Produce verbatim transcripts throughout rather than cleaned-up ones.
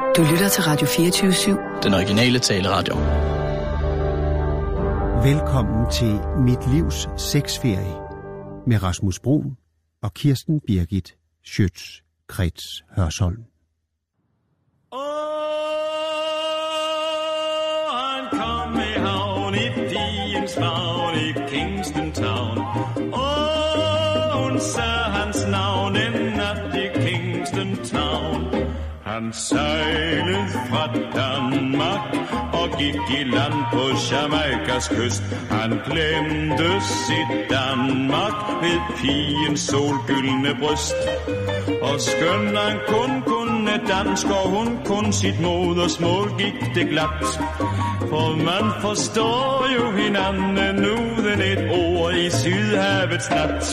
Du lytter til Radio fireogtyve syv. Den originale taleradio. Velkommen til Mit Livs Sexferie med Rasmus Bruun og Kirsten Birgit Schøtz-Krets Hørsholm. Åh, han kom i havn i digens vagn i Kingston Town. Åh, hun sagde hans navn en nat i Kingston Town. Han sejlede fra Danmark og gik i land på Jamaikas kyst. Han glemte sit Danmark ved pigens solgyldne bryst. Og skøn han kun kunne dansk, og hun kun sit modersmål, gik det glat. For man forstår jo hinanden uden et ord i Sydhavets nat.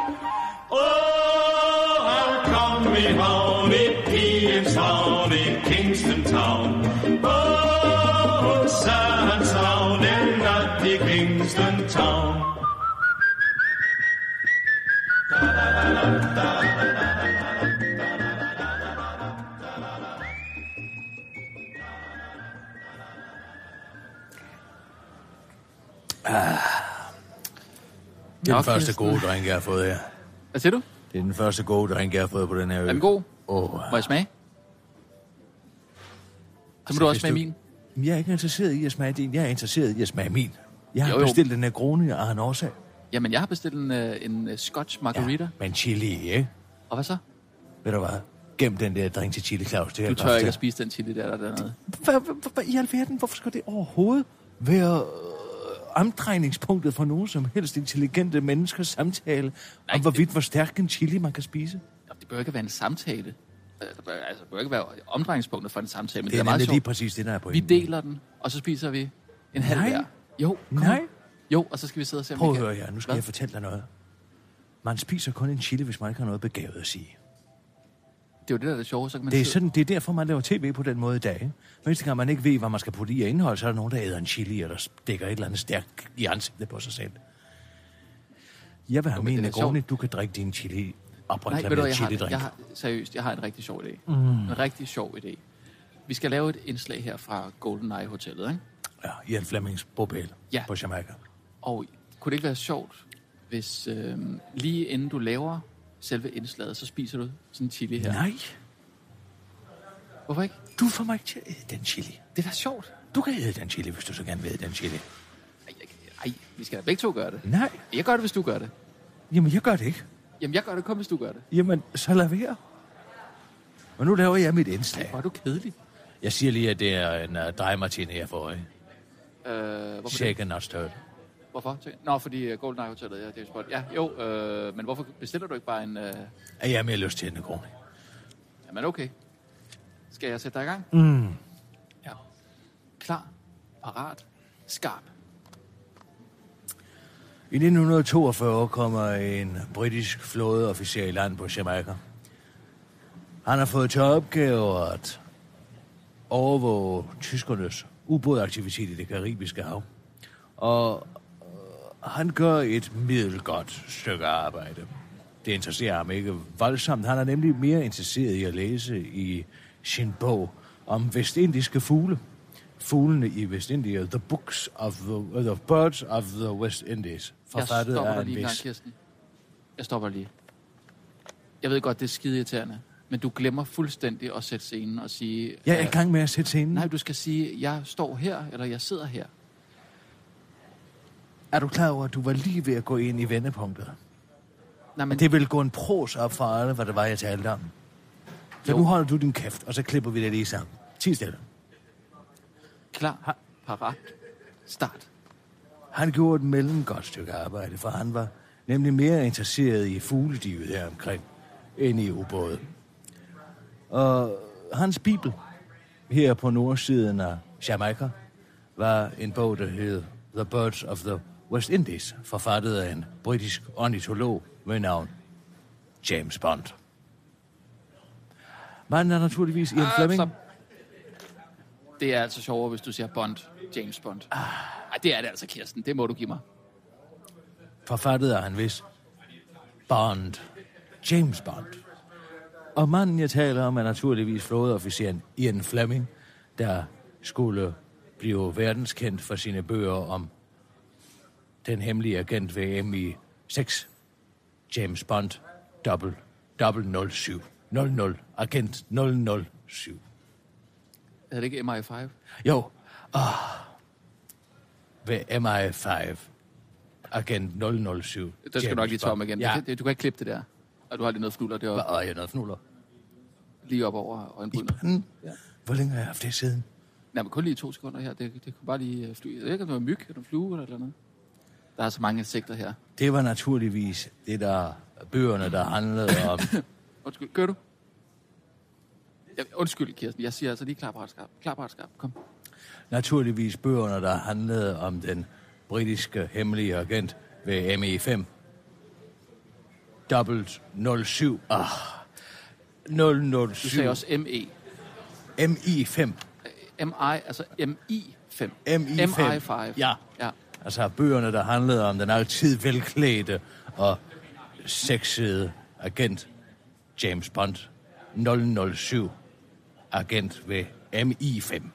Åh, han kom i havn i pigens havn i Kingston Town. Åh, hun sagde hans navn en nat i Kingston Town. Ah. Det er den første gode drink, jeg har fået her. Hvad siger du? Det er den første gode drink, jeg har fået på den her øl. Er den god? Oh. Må jeg smage? Så altså, må du også smage du... min. Jeg er ikke interesseret i at smage din. Jeg er interesseret i at smage min. Jeg har jo, jo. bestilt en Negroni og en årsag. Jamen, jeg har bestilt en, en Scotch Margarita. Ja, med en chili, ikke? Og hvad så? Ved du hvad? Gem den der drink til chili, Claus. Det du tør ikke at spise den chili der, der dernede. Hvad i alverden? Hvorfor skal det overhovedet være omdrejningspunktet for nogen som helst intelligente menneskers samtale Nej, om hvorvidt det... hvor stærk en chili man kan spise? Det bør ikke være en samtale. Det bør, altså, det bør ikke være omdrejningspunktet for en samtale, men det er, det er meget lige præcis det, der er pointen. Vi deler den, og så spiser vi en halv hver. Jo, kom. Nej. Jo, og så skal vi sidde og se, om Prøv vi at kan... høre her, nu skal Hvad? jeg fortælle dig noget. Man spiser kun en chili, hvis man ikke har noget begavet at sige. Det er jo det, der er det sjove, så kan man det er, sidde... sådan, det er derfor, man laver tv på den måde i dag. Ikke? Næste gang man ikke ved, hvad man skal putte i indhold, så er der nogen, der æder en chili, eller stikker et eller andet stærkt i ansigtet på sig selv. Jeg vil have min Negroni, du kan drikke din chili og Nej, ved du, jeg chili har, jeg har, seriøst, jeg har en rigtig sjov idé. Mm. En rigtig sjov idé. Vi skal lave et indslag her fra Golden Eye Hotellet, ikke? Ja, Ian Flemings bopæl ja. på Jamaica. Og kunne det ikke være sjovt, hvis øh, lige inden du laver selve indslaget, så spiser du sådan en chili her? Nej. Hvorfor ikke? Du får mig ikke til at æde den chili. Det er da sjovt. Du kan æde den chili, hvis du så gerne vil æde den chili. Ej, ej, vi skal da begge to gøre det. Nej. Jeg gør det, hvis du gør det. Jamen, jeg gør det ikke. Jamen, jeg gør det kun, hvis du gør det. Jamen, så lad være. Og nu laver jeg mit indslag. Hvor er du kedelig. Jeg siger lige, at det er en uh, dry martini, jeg får, ikke? Øh, hvorfor Shaken, not stirred. Hvorfor? Nå, fordi uh, Golden Eye Hotellet, ja, det er spot. Ja, jo, øh, men hvorfor bestiller du ikke bare en... Øh... Er jeg mere lyst til en Negroni? Jamen, okay. Skal jeg sætte dig i gang? Mm. Ja. Klar, parat, skarp. I nitten toogfyrre kommer en britisk flådeofficer i land på Jamaica. Han har fået til opgave at overvåge tyskernes ubådaktivitet i det karibiske hav. Og øh, han gør et middelgodt stykke arbejde. Det interesserer ham ikke voldsomt. Han er nemlig mere interesseret i at læse i sin bog om vestindiske fugle. Fuglene i Vestindier. The Books of the, uh, the Birds of the West Indies. Forfattet af en lige vis... Gang, jeg stopper lige. Jeg ved godt, det er skide irriterende. Men du glemmer fuldstændig at sætte scenen og sige... Jeg er i gang med at sætte scenen. Nej, du skal sige, jeg står her, eller jeg sidder her. Er du klar over, at du var lige ved at gå ind i vendepunktet? Nej, men... Det vil gå en pros op for alle, hvad det var, jeg talte om. Så jo. Nu holder du din kæft, og så klipper vi det lige sammen. Ti stille. Klar, parat, start. Han gjorde et mellemgodt stykke arbejde, for han var nemlig mere interesseret i fugledivet her omkring, end i ubåde. Og hans bibel, her på nordsiden af Jamaica, var en bog, der hed The Birds of the West Indies, forfattet af en britisk ornitolog med navn James Bond. Manden er naturligvis Ian Fleming. Altså, det er altså sjovere, hvis du siger Bond, James Bond. Ah. Ej, det er det altså, Kirsten. Det må du give mig. Forfattet af han vis Bond, James Bond. Og manden, jeg taler om, er naturligvis flådeofficeren Ian Fleming, der skulle blive verdenskendt for sine bøger om den hemmelige agent ved M I seks, James Bond, dobbelt nul syv. nul nul, agent nul nul syv. Er det ikke M I fem? Jo, oh, ved M I fem, agent nul nul syv. Det skal du nok lige tage om igen. Ja. Du, kan, du kan ikke klippe det der. Og du har lige noget fnuller deroppe. Hvad er jeg noget fnuller? Lige op over øjenbrynet. Ja. Hvor længe har jeg haft det siden? Nej, men kun lige to sekunder her. Det, det kunne bare lige flyve. Jeg ved ikke, om det var myg eller flue eller noget. Der er så mange insekter her. Det var naturligvis det der bøgerne, der handlede om... Undskyld, gør du? Ja, undskyld, Kirsten. Jeg siger altså lige klar, parat, skarp. Klar, parat, skarp. Kom. Naturligvis bøgerne, der handlede om den britiske hemmelige agent ved M I fem. Dobbelt nul syv. Ah. nul nul syv. Du sagde også M E. M I fem. M I, altså M I fem. M I fem. M I fem. Ja. Ja. Altså bøgerne, der handlede om den altid velklædte og sexede agent James Bond. nul nul syv. Agent ved M I fem.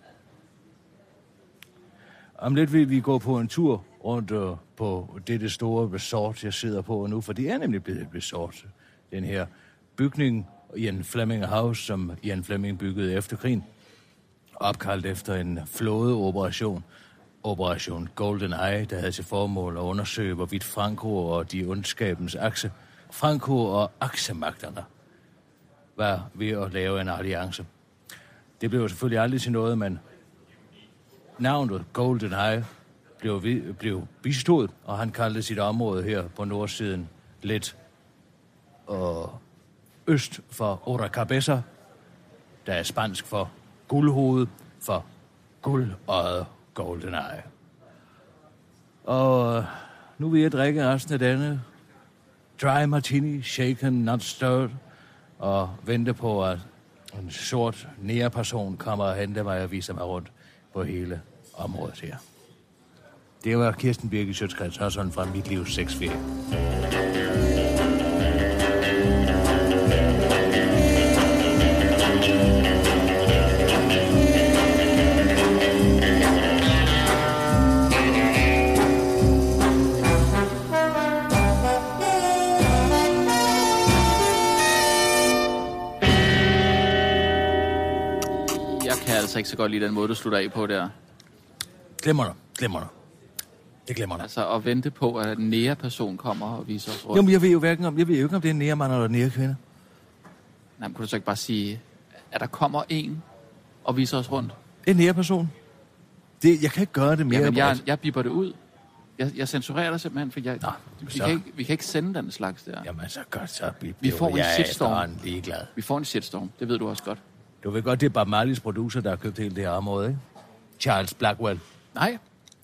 Om lidt vil vi gå på en tur rundt uh, på dette store resort, jeg sidder på nu, for det er nemlig blevet et resort. Den her bygning, Ian Fleming House, som Ian Fleming byggede efter krigen, opkaldt efter en flådeoperation, Operation Golden Eye, der havde til formål at undersøge, hvorvidt Franco og de ondskabens akse, Franco og aksemagterne, var ved at lave en alliance. Det blev selvfølgelig aldrig til noget, men navnet Golden Eye blev, vi, blev bistået, og han kaldte sit område her på nordsiden lidt og øst for Oracabeza, der er spansk for guldhoved, for guldøjet Golden Eye. Og nu vil jeg drikke resten af denne dry martini, shaken, not stirred, og vente på, at en sort nære-person kommer og henter mig og viser mig rundt på hele området her. Det var Kirsten Birgit Schøtz-Krets Hørsholm fra Mit Livs Sexferie. Altså ikke så godt lige den måde, du slutter af på der. Glemmer dig, glemmer dig. Det glemmer dig. Altså at vente på, at en nære-person kommer og viser os rundt. Jamen, jeg ved jo hverken om, jeg ved jo ikke, om det er en nærmand eller en nærkvinde. Nej, men kunne du så ikke bare sige, at der kommer en og viser os rundt? En nærperson. Det, jeg kan ikke gøre det mere. Jamen, jeg, jeg bipper det ud. Jeg, jeg censurerer dig simpelthen, for jeg, Nå, vi, kan ikke, vi kan ikke sende den slags der. Jamen, så godt, så bliver Vi får en jeg shitstorm. er ligeglad. Vi får en shitstorm, det ved du også godt. Du ved godt, det er Bob Marleys producer, der har købt hele det her område, ikke? Charles Blackwell. Nej.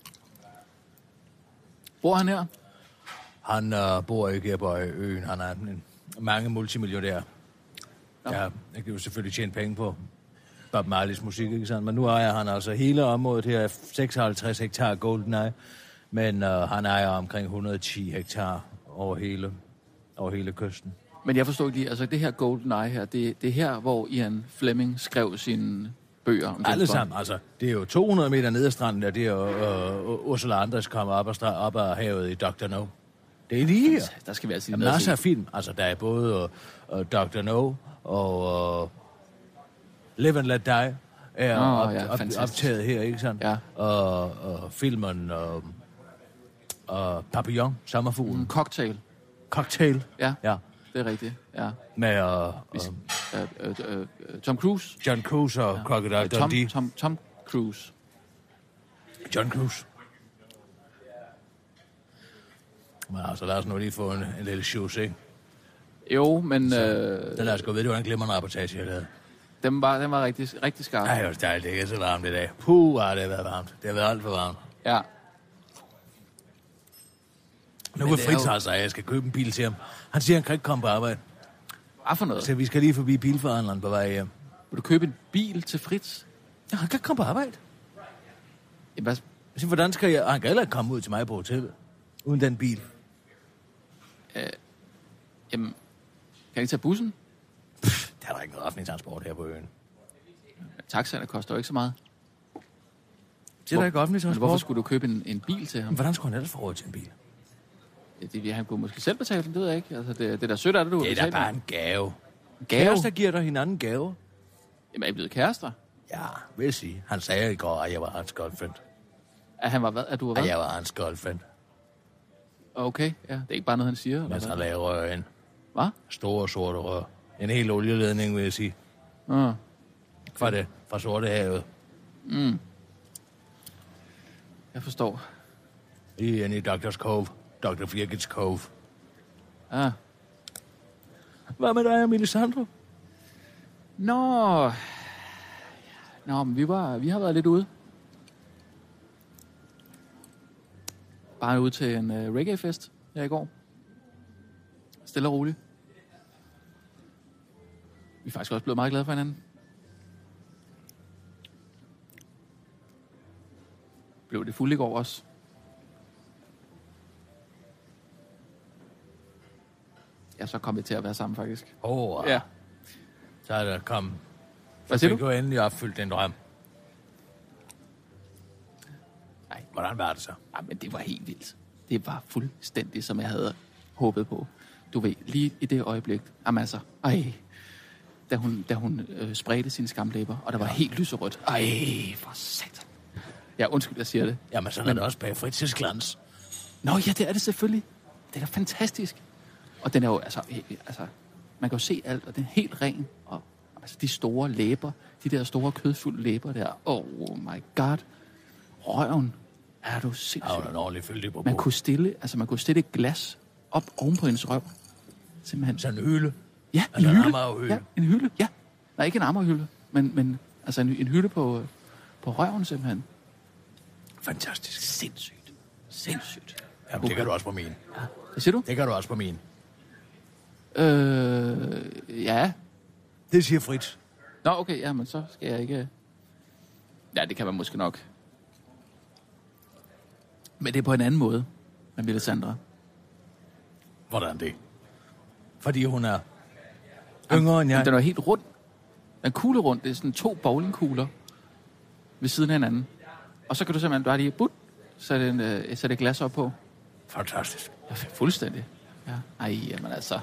Bor han her? Han uh, bor ikke her på øen. Han er en mange multimillionær. Ja, jeg kan jo selvfølgelig tjene penge på Bob Marleys musik, ikke sandt? Men nu ejer han altså hele området her, seksoghalvtreds hektar GoldenEye, men uh, han ejer omkring et hundrede og ti hektar over hele, over hele kysten. Men jeg forstår ikke lige, altså det her GoldenEye her, det, det er her, hvor Ian Fleming skrev sine bøger om alle sammen, altså. Det er jo to hundrede meter ned ad stranden, der det er uh, Ursula Andress kommer op, og op af havet i doktor No. Det er lige her. Der skal vi altså lige ned og se. Masser af film. Altså, der er både uh, uh, doktor No og uh, Live and Let Die er oh, op, ja, op, optaget her, ikke sandt? Ja. Og, og filmen uh, uh, Papillon, sommerfuglen. Mm, cocktail. Cocktail. Ja. Ja. Det er rigtigt, ja. Med uh, uh, uh, uh, uh, Tom Cruise. John Cruise og ja. Crocodile Tom, Dundee. Tom, Tom Cruise. John Cruise. Men altså, lad os nu lige få en, en lille shoes, ikke? Jo, men... Så, øh, den lad os gå ved, det var en glimrende rapportage, jeg lavede. Den var, den var rigtig, rigtig skarp. Ej, det var dejligt, det er så varmt i dag. Puh, ah, det har været varmt. Det har været alt for varmt. Ja. Nu vil Fritz altså, at jeg skal købe en bil til ham. Han siger, han kan ikke komme på arbejde. Hvad for noget? Så vi skal lige forbi bilforhandleren på vej hjem. Vil du købe en bil til Fritz? Ja, han kan ikke komme på arbejde. Jamen, hvad? Jeg siger, hvordan skal jeg... Han kan heller ikke komme ud til mig på hotellet. Uden den bil. Øh, jamen, kan jeg ikke tage bussen? Der er der ikke noget offentlig transport her på øen. Taxaerne koster jo ikke så meget. Det er der ikke offentlig Men transport. hvorfor skulle du købe en, en bil til ham? Men hvordan skulle han ellers få råd til en bil? Ja, det, han kunne måske selv betale den, det ved jeg ikke. Altså, det, det der sødt er det, du har Det er da betalt bare den. en gave. Gave? Kærester giver dig hinanden gave. Jamen, er I blevet kærester? Ja, vil jeg sige. Han sagde i går, at jeg var hans girlfriend. At han var hvad? At du var At hvad? jeg var hans girlfriend. Okay, ja. Det er ikke bare noget, han siger? Eller Mens hvad? han lagde rør ind. Hvad? Store sorte rør. En hel olieledning, vil jeg sige. Ah. Fra det. Fra Sortehavet. Mm. Jeg forstår. I en i Doctors Cove. doktor Birgits Cove. Ah. Hvad med dig, Melisandre? Nå. Nå, men vi, var, vi har været lidt ude. Bare ude til en uh, reggae-fest her i går. Stille og roligt. Vi er faktisk også blevet meget glade for hinanden. Blev det fuldt i går også. Ja, så kom vi til at være sammen faktisk. Åh, oh, Ja. Så er der kommet. Hvad siger du? du? Du endelig opfyldt den drøm. Nej, Hvordan var det så? ja, men det var helt vildt. Det var fuldstændig, som jeg havde håbet på. Du ved, lige i det øjeblik. Jamen altså, ej. Da hun, da hun øh, spredte sine skamlæber, og der var helt lyserødt. Ej, for satan. Ja, undskyld, jeg siger det. Jamen, så er men... det også bag Fritzes glans. Nå ja, det er det selvfølgelig. Det er da fantastisk. Og den er jo, altså, altså man kan jo se alt, og den er helt ren. Og altså, de store læber, de der store kødfulde læber der. Oh my god. Røven. Er du sindssygt. Ja, en ordentlig fyldig på Man kunne stille, altså man kunne stille et glas op oven på hendes røv. Simpelthen. Så en hylde. Ja, en altså hylde. En Amagerhylde. Ja, en hylde. Ja. Nej, ikke en Amagerhylde, men, men altså en, en hylde på, på røven simpelthen. Fantastisk. Sindssygt. Sindssygt. Jamen, det kan du også på min. Ja. Hvad siger du? Det kan du også på min. Øh, ja. Det siger Fritz. Nå, okay, ja, men så skal jeg ikke... Ja, det kan man måske nok. Men det er på en anden måde med Melisandre. Hvordan det? Fordi hun er yngre end jeg. Den er helt rund. Den er kuglerund. Det er sådan to bowlingkugler ved siden af hinanden. Og så kan du simpelthen bare lige but, sætte, en, øh, sætte et glas op på. Fantastisk. Ja, fuldstændig. Ja. Ej, jamen altså...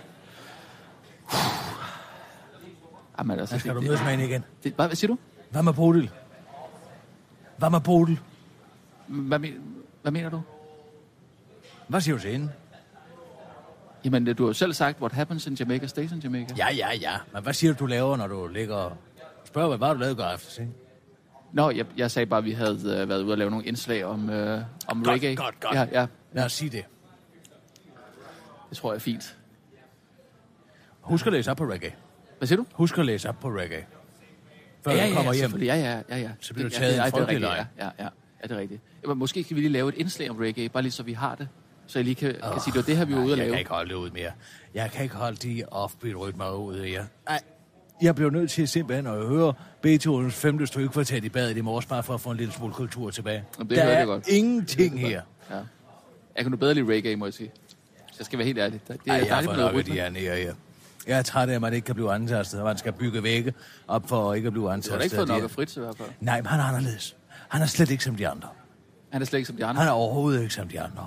Jamen altså... Så skal det, du det, mødes med hende igen. det, hvad, hvad siger du? Hvad med Bodil? Hvad med Bodil? Hvad, men, hvad mener du? Hvad siger du til hende? Jamen, du har jo selv sagt, what happens in Jamaica stays in Jamaica. Ja, ja, ja. Men hvad siger du, du laver, når du ligger og spørger, hvad var du lavede i går aftes, ikke? Nå, jeg, jeg sagde bare, at vi havde øh, været ude og lave nogle indslag om, øh, om Godt, reggae. godt, godt. Ja, ja. Lad os sige det. Det tror jeg er fint. Husk at læse op på reggae. Hvad siger du? Husk at læse op på reggae. Før ja, du ja, kommer ja, hjem. selvfølgelig. Ja, ja, ja, ja. Så bliver du Det- taget ja, en det er frygtelig rigtigt, løgn. ja, ja, ja, ja, det er rigtigt. Jamen, måske skal vi lige lave et indslag om reggae, bare lige så vi har det. Så jeg lige kan, oh, kan sige, det var det her, vi var ude at Jeg lave. kan ikke holde det ud mere. Jeg kan ikke holde de offbeat-rytmer ud af jer. Nej, jeg blev nødt til simpelthen at høre Beethovens femte strygekvartet i badet i morges, bare for at få en lille smule kultur tilbage. Jamen, det Der hørte er jeg godt. ingenting her. Ja. Jeg kan nu bedre lide reggae, må jeg sige. Så jeg skal være helt ærlig. Det er Ej, jeg har dejligt fået med noget nok af de rytme. her nære her. Jeg er træt af, at man ikke kan blive antastet, og man skal bygge vægge op for ikke at blive Du antastet. har da ikke fået af de nok her- af Fritz i hvert fald. Nej, men han er anderledes. Han er slet ikke som de andre. Han er slet ikke som de andre. Han er overhovedet ikke som de andre.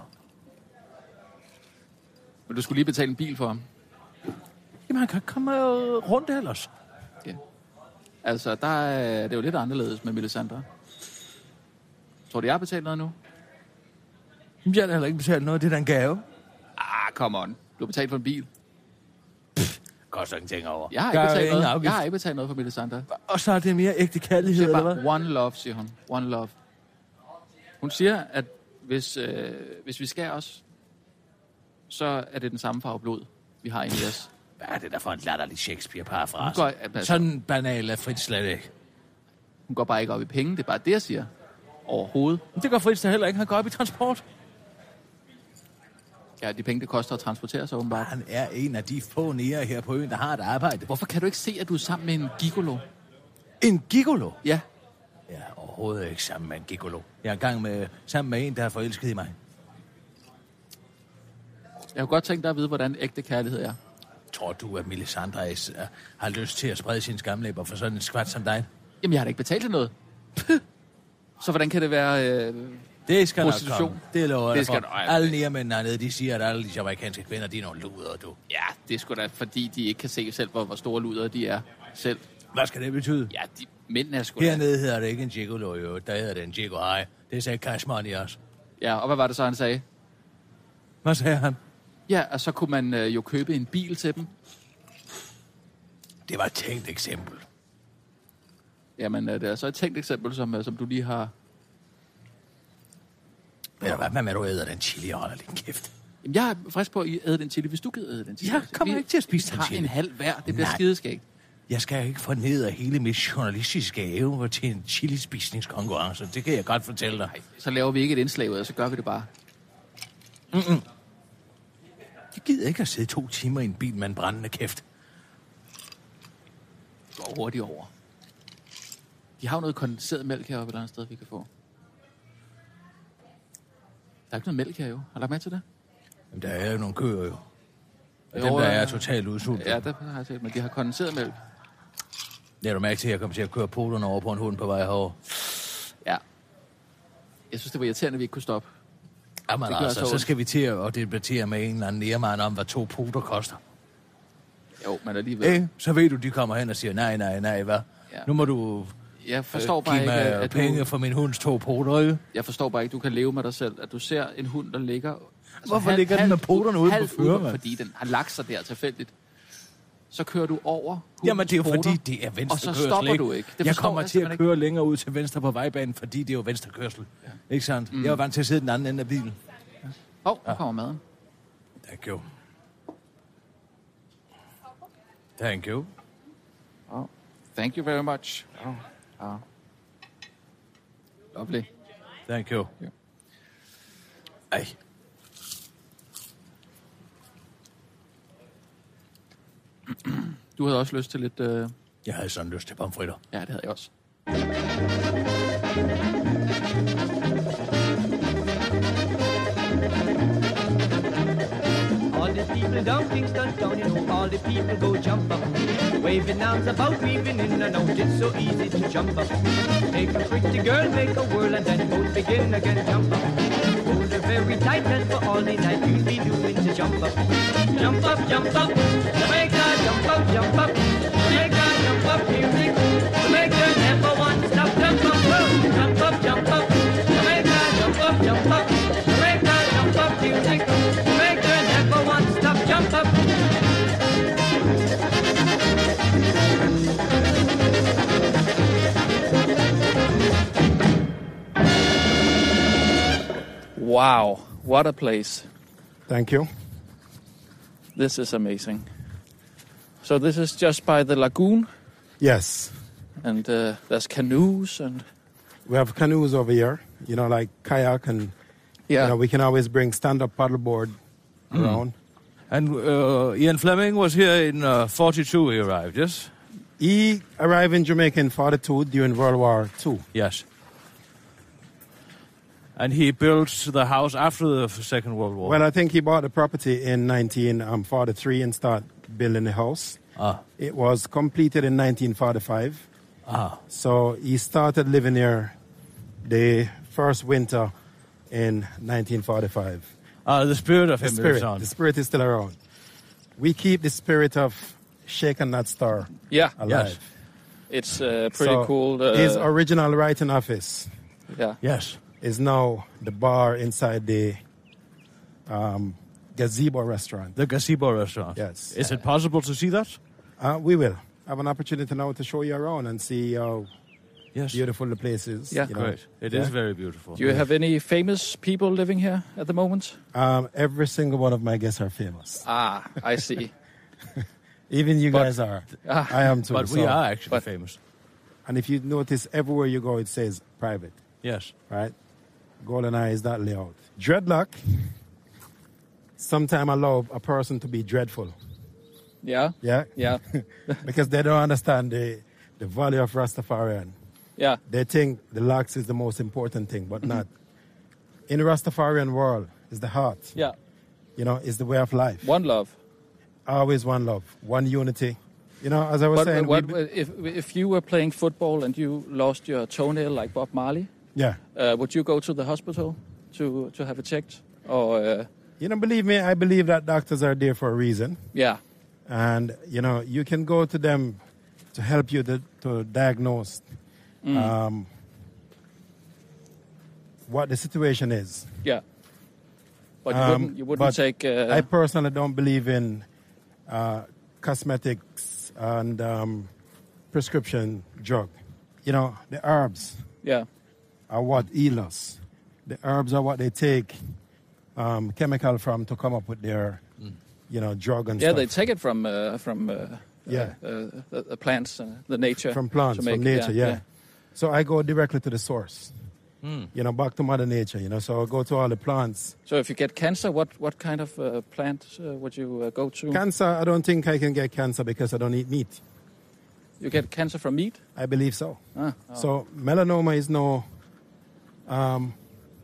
Men du skulle lige betale en bil for ham. Jamen, han kan komme øh, rundt ellers. Ja. Altså, der er, det er jo lidt anderledes med Melisandre. Tror du, jeg har betalt noget nu? Jamen, jeg har heller ikke betalt noget. Det er da en gave. Ah, come on. Du har betalt for en bil. Koster ingenting over. Jeg har Der ikke er betalt ingen noget. afgift. Jeg har ikke betalt noget for Melisandre. Og så er det mere ægte Hun kærlighed, siger eller hvad? bare, one love, siger hun. One love. Hun siger, at hvis, øh, hvis vi skærer os, så er det den samme farve blod, vi har inde i os. Hvad er det der for en latterlig Shakespeare-parafrase? Hun går, altså, Sådan banal er Fritz slet ikke. hun går bare ikke op i penge. Det er bare det, jeg siger. Overhovedet. Men det gør Fritz da heller ikke. Han går op i transport. Ja, de penge, det koster at transportere sig åbenbart. Han er en af de få nære her på øen, der har et arbejde. Hvorfor kan du ikke se, at du er sammen med en gigolo? En gigolo? Ja. Jeg er overhovedet ikke sammen med en gigolo. Jeg er i gang med, sammen med en, der er forelsket i mig. Jeg kunne godt tænke dig at vide, hvordan ægte kærlighed er. Tror du, at Melisandre uh, har lyst til at sprede sine skamlæber for sådan en skvat som dig? Jamen, jeg har da ikke betalt til noget. Så hvordan kan det være øh, Det skal nok prostitution? komme. Det lover Det jeg skal for. nok- Alle nærmændene hernede, de siger, at alle de jamaikanske kvinder, de er nogle luder, du. Ja, det er sgu da, fordi de ikke kan se selv, hvor, hvor store luder de er selv. Hvad skal det betyde? Ja, de mænd er sgu da... Hernede hedder det ikke en gigolo, jo. Der hedder det en gigolo high. Det sagde Cash Money også. Ja, og hvad var det så, han sagde? Hvad sagde han? Ja, og så kunne man øh, jo købe en bil til dem. Det var et tænkt eksempel. Jamen, øh, det er så et tænkt eksempel, som, øh, som du lige har... Ved du hvad, hvad med, du æder den chili, holder din kæft? Jamen, jeg er frisk på at æde den chili, hvis du gider æde den chili. Jeg kommer Vi- ikke til at spise vi den tager chili. en halv hver, det bliver Nej. skideskægt. Jeg skal ikke fornedre hele mit journalistiske evne til en chilispisningskonkurrence. Det kan jeg godt fortælle dig. Så laver vi ikke et indslag ud af, så gør vi det bare. Jeg gider ikke at sidde to timer i en bil med en brændende kæft. Det går hurtigt over. De har jo noget kondenseret mælk heroppe et eller andet sted, vi kan få. Der er ikke noget mælk her jo. Har du lagt med til det? Jamen, der er jo nogle køer jo. Og Jo, dem, der ja. er totalt udsultet. Ja, det har jeg set, men de har kondenseret mælk. Det er du mærke til, at jeg kommer til at køre polerne over på en hund på vej herover. Ja. Jeg synes, det var irriterende, at vi ikke kunne stoppe. Jamen Det gør altså, så så ondt. skal vi til at debattere med en eller anden nærmand om, hvad to poter koster. Jo, men alligevel. Øh, så ved du, de kommer hen og siger, nej, nej, nej, hvad? Ja. Nu må du Jeg forstår bare give ikke, mig at penge du, for min hunds to poter, ikke? jeg forstår bare ikke, du kan leve med dig selv. At du ser en hund, der ligger... Altså Hvorfor ligger den med poterne ude på halvt førermand? Fordi den har lagt sig der tilfældigt. Så kører du over hundens Jamen, det er jo poter, fordi, det er og venstrekørsel, så stopper ikke? du ikke. Det jeg forstår kommer jeg til at simpelthen køre længere ud til venstre på vejbanen, fordi det er jo venstrekørsel. Ja. Ikke sandt? Mm. Jeg var vant til at sidde i den anden ende af bilen. Åh, oh, nu kommer maden. Thank you. Thank you. Oh, thank you very much. Oh, oh. Lovely. Thank you. Ja. Ej. Du havde også lyst til lidt... Øh... Jeg havde sådan lyst til pomfritter. Ja, det havde jeg også. All the people down Kingston Town, you know, all the people go jump up. Waving arms about, weaving in and out, it's so easy to jump up. Take a pretty girl, make a whirl, and then both begin again, jump up. Hold her very tight, and for all the night you'll be doing to jump up. Jump up, jump up, Jamaica, jump up, jump up. Jamaica, jump up, music. Jamaica, never one stop, jump up, jump up, jump up. Jamaica, jump up, jump up. Jamaica, jump up, music. Jamaica, never one stop, jump up. Wow, what a place. Thank you. This is amazing. So this is just by the lagoon, Yes. and uh, there's canoes, and We have canoes over here, you know, like kayak, and yeah, you know, we can always bring stand-up paddleboard around. And uh, Ian Fleming was here in uh, forty-two, he arrived, yes? He arrived in Jamaica in forty-two during World War Two. Yes. And he built the house after the Second World War. Well, I think he bought the property in nineteen forty-three and started building the house. ah, It was completed in nineteen forty-five. ah. So he started living here the first winter in nineteen forty-five. Ah, the spirit of The him spirit, lives on. the spirit is still around. We keep the spirit of Shaken Not Star yeah, alive. Yes. it's uh, pretty So cool. Uh, his original writing office yeah, Yes. is now the bar inside the um, gazebo restaurant. The gazebo restaurant. Yes. Is it possible to see that? Uh, we will have an opportunity now to show you around and see how Yes. beautiful the place is. Yeah. you know. Great. It is Yeah. very beautiful. do you have any famous people living here at the moment? Um, every single one of my guests are famous. Ah, I see. Even you But- guys are. Ah, I am too. But we so- are actually but- famous. And if you notice, everywhere you go, it says private, Yes. right? Golden Eye is that layout. Dreadlock sometimes allow a person to be dreadful. Yeah, Yeah? yeah, Because they don't understand the, the value of Rastafarian. yeah. They think the locks is the most important thing, but not. In the Rastafarian world, is the heart. Yeah, You know, is the way of life. one love. always one love, one unity. You know, as I was What, saying, what, we- if if you were playing football and you lost your toenail like Bob Marley, yeah. uh, would you go to the hospital to to have it checked? Or uh, You know, believe me, I believe that doctors are there for a reason. yeah, And, you know, you can go to them to help you to, to diagnose um, what the situation is. yeah. But you Um, wouldn't you wouldn't but take. Uh, I personally don't believe in uh, cosmetics and um, prescription drug. You know, the herbs yeah, are what heal us. The herbs are what they take um, chemical from to come up with their, you know, drug and yeah. stuff. They take it from uh, from uh, Yeah. uh, uh, the, the plants, uh, the nature From plants, to make, from nature, yeah. So I go directly to the source. You know, back to Mother Nature, you know. So I go to all the plants. So if you get cancer, what what kind of uh, plant uh, would you uh, go to? Cancer, I don't think I can get cancer because I don't eat meat. You get cancer from meat? I believe so. Ah, So melanoma is no, um,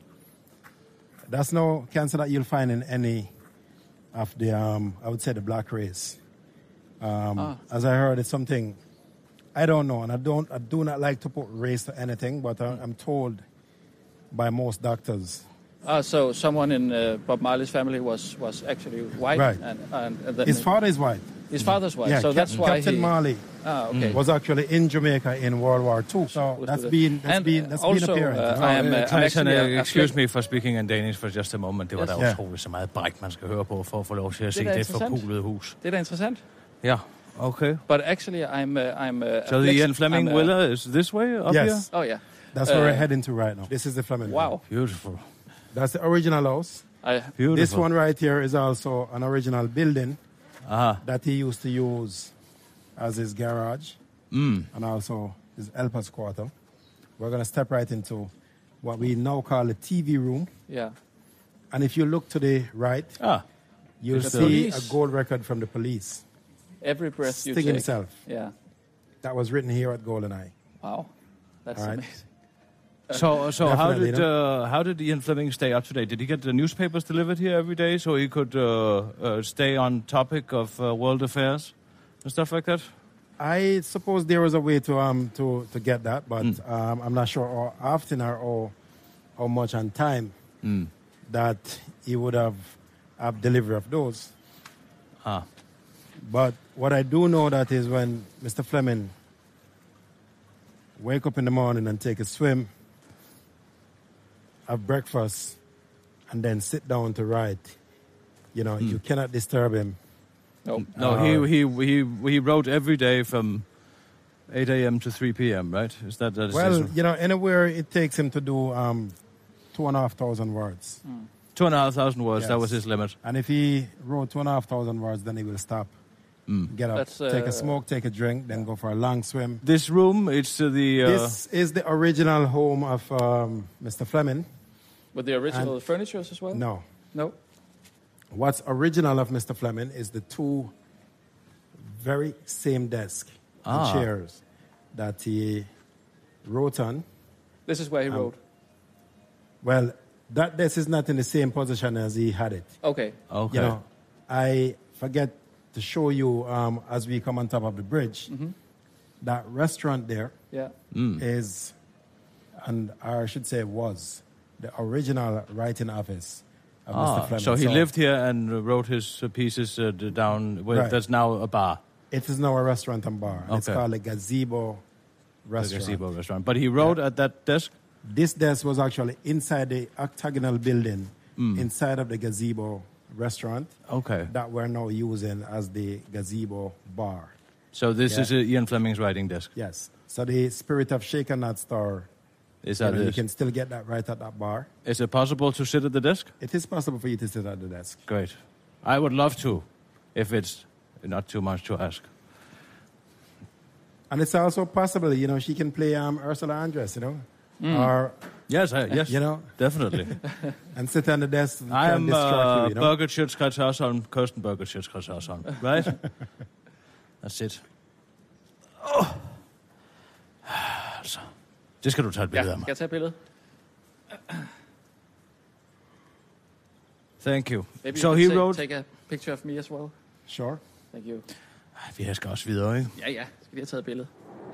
that's no cancer that you'll find in any of the, um, I would say the black race. Um, Ah. As I heard, it's something, I don't know, and I don't, I do not like to put race to anything, but I, I'm told by most doctors. Ah, so someone in uh, Bob Marley's family was, was actually white, Right. and, and, and then His father is white. his father's white. Yeah, so Cap- that's why Captain he. Marley Ah, okay. was actually in Jamaica in World War Two. So Was that's the- been, that's and been, that's also, been apparent. uh, you know? I am, uh, I'm Tyson, actually a- uh, a excuse flex- me for speaking in Danish for just a moment. Det var Yes. da Ja. utroligt så meget bræk, man skal høre på for at få lov til at se Det er da det interessant. forpulede hus. Det er da interessant. Ja, okay. But actually, I'm uh, I'm. Uh, So a the flex- Ian Fleming I'm, uh, Willer is this way up Yes. here? Oh yeah. That's where Uh, we're heading to right now. This is the Fleming. Wow. Beautiful. That's the original house. I, Beautiful. This one right here is also an original building Aha. that he used to use as his garage Mm. and also his helper's quarter. We're going to step right into what we now call the T V room. yeah. And if you look to the right, Ah, you'll The see police. a gold record from the police. Every breath you Sting take. himself. Yeah. That was written here at GoldenEye. Wow. That's All right. amazing. so so how Definitely, did uh, how did Ian Fleming stay up to date? Did he get the newspapers delivered here every day so he could uh, uh, stay on topic of uh, world affairs and stuff like that? I suppose there was a way to um to, to get that, but Mm. um, I'm not sure how often or how, how much on time Mm. that he would have have delivery of those. Ah, But what I do know that is when Mister Fleming wake up in the morning and take a swim, have breakfast, and then sit down to write, you know, you cannot disturb him. No. no, Uh, he he he he wrote every day from eight a.m. to three p.m. Right? Is that that is Well, his- you know, anywhere it takes him to do um, two and a half thousand words. two and a half thousand words? That Yes. was his limit. And if he wrote two and a half thousand words, then he will stop, get up, That's, uh, take a smoke, take a drink, then go for a long swim. This room, it's uh, the uh, This is the original home of um, Mister Fleming. With the original furniture as well? No. No. What's original of Mister Fleming is the two very same desk Ah. and chairs that he wrote on. This is where he wrote. Well, that desk is not in the same position as he had it. Okay. okay. You know, I forget to show you um, as we come on top of the bridge, that restaurant there Yeah. is, and I should say was, the original writing office of Ah, Mister Fleming. so he lived here and uh, wrote his uh, pieces uh, d- down. Where Right. That's now a bar, It is now a restaurant and bar. and It's Okay. called the Gazebo the Restaurant. gazebo restaurant. But he wrote at that desk. This desk was actually inside the octagonal building, inside of the Gazebo Restaurant, Okay. that we're now using as the Gazebo Bar. So this Yeah. is uh, Ian Fleming's writing desk. Yes. So the Spirit of Shake and Not Star, Is you, that know, you this? can still get that right at that bar. Is it possible to sit at the desk? It is possible for you to sit at the desk. Great. I would love to, if it's not too much to ask. And it's also possible, you know, she can play um, Ursula Andress, you know, or, Yes, I, yes, You know? definitely. and sit on the desk and I try am and distract uh, you, you know. Birgit Schøtzgrads Hørsholm, Kirsten Birgit Schøtzgrads Hørsholm, right? That's it. Oh. Altså, det skal du tage et Ja, billede af skal mig. jeg tage et billede? Thank you. Maybe So you he can take, wrote... take a picture of me as well. Sure. Thank you. Vi her skal også videre, ikke? Ja, ja. Skal vi have taget et billede?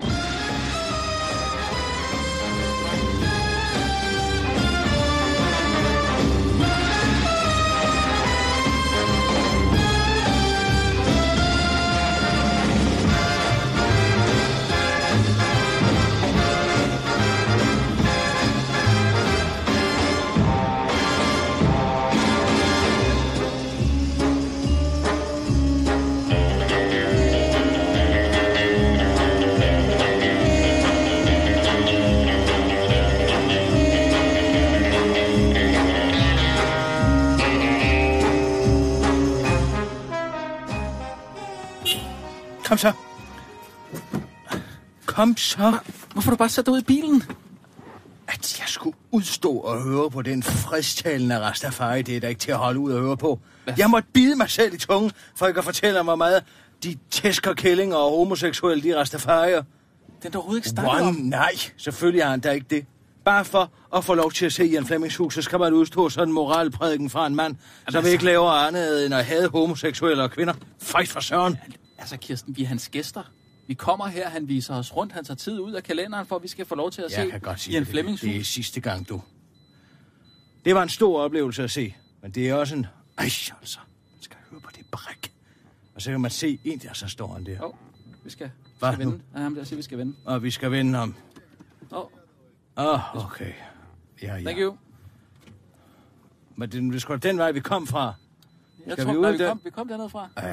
Kom så. Kom så. Hvorfor du bare sat dig ud i bilen? At jeg skulle udstå og høre på den fredstalende Rastafari, det er da ikke til at holde ud og høre på. Hvad? Jeg måtte bide mig selv i tungen, for ikke at fortælle mig meget. De tæsker kællinger og homoseksuelle, de Rastafarier. Den der overhovedet ikke startet om. Nej, selvfølgelig har han da ikke det. Bare for at få lov til at se Jan Flemmings hus, så skal man udstå sådan en moralprædiken fra en mand, som altså... ikke laver andet end at hade homoseksuelle og kvinder. Fejt for søren. Altså, Kirsten, vi er hans gæster. Vi kommer her, han viser os rundt, han tager tid ud af kalenderen, for at vi skal få lov til at jeg se kan godt sige, Jan det, Flemmings hus. Det er sidste gang, du. Det var en stor oplevelse at se, men det er også en... Ej, altså, man skal høre på det bræk. Og så kan man se en der, så står han der. Åh, oh, vi skal, vi Hvad skal vende. Ja, ham der siger, vi skal vende. Og vi skal vende ham. Åh. Oh. Åh, oh, okay. Ja, ja. Thank you. Men det, det er sgu den vej, vi kom fra. Jeg skal tror, vi ud nej, vi kom, den? vi kom dernede fra. Ej.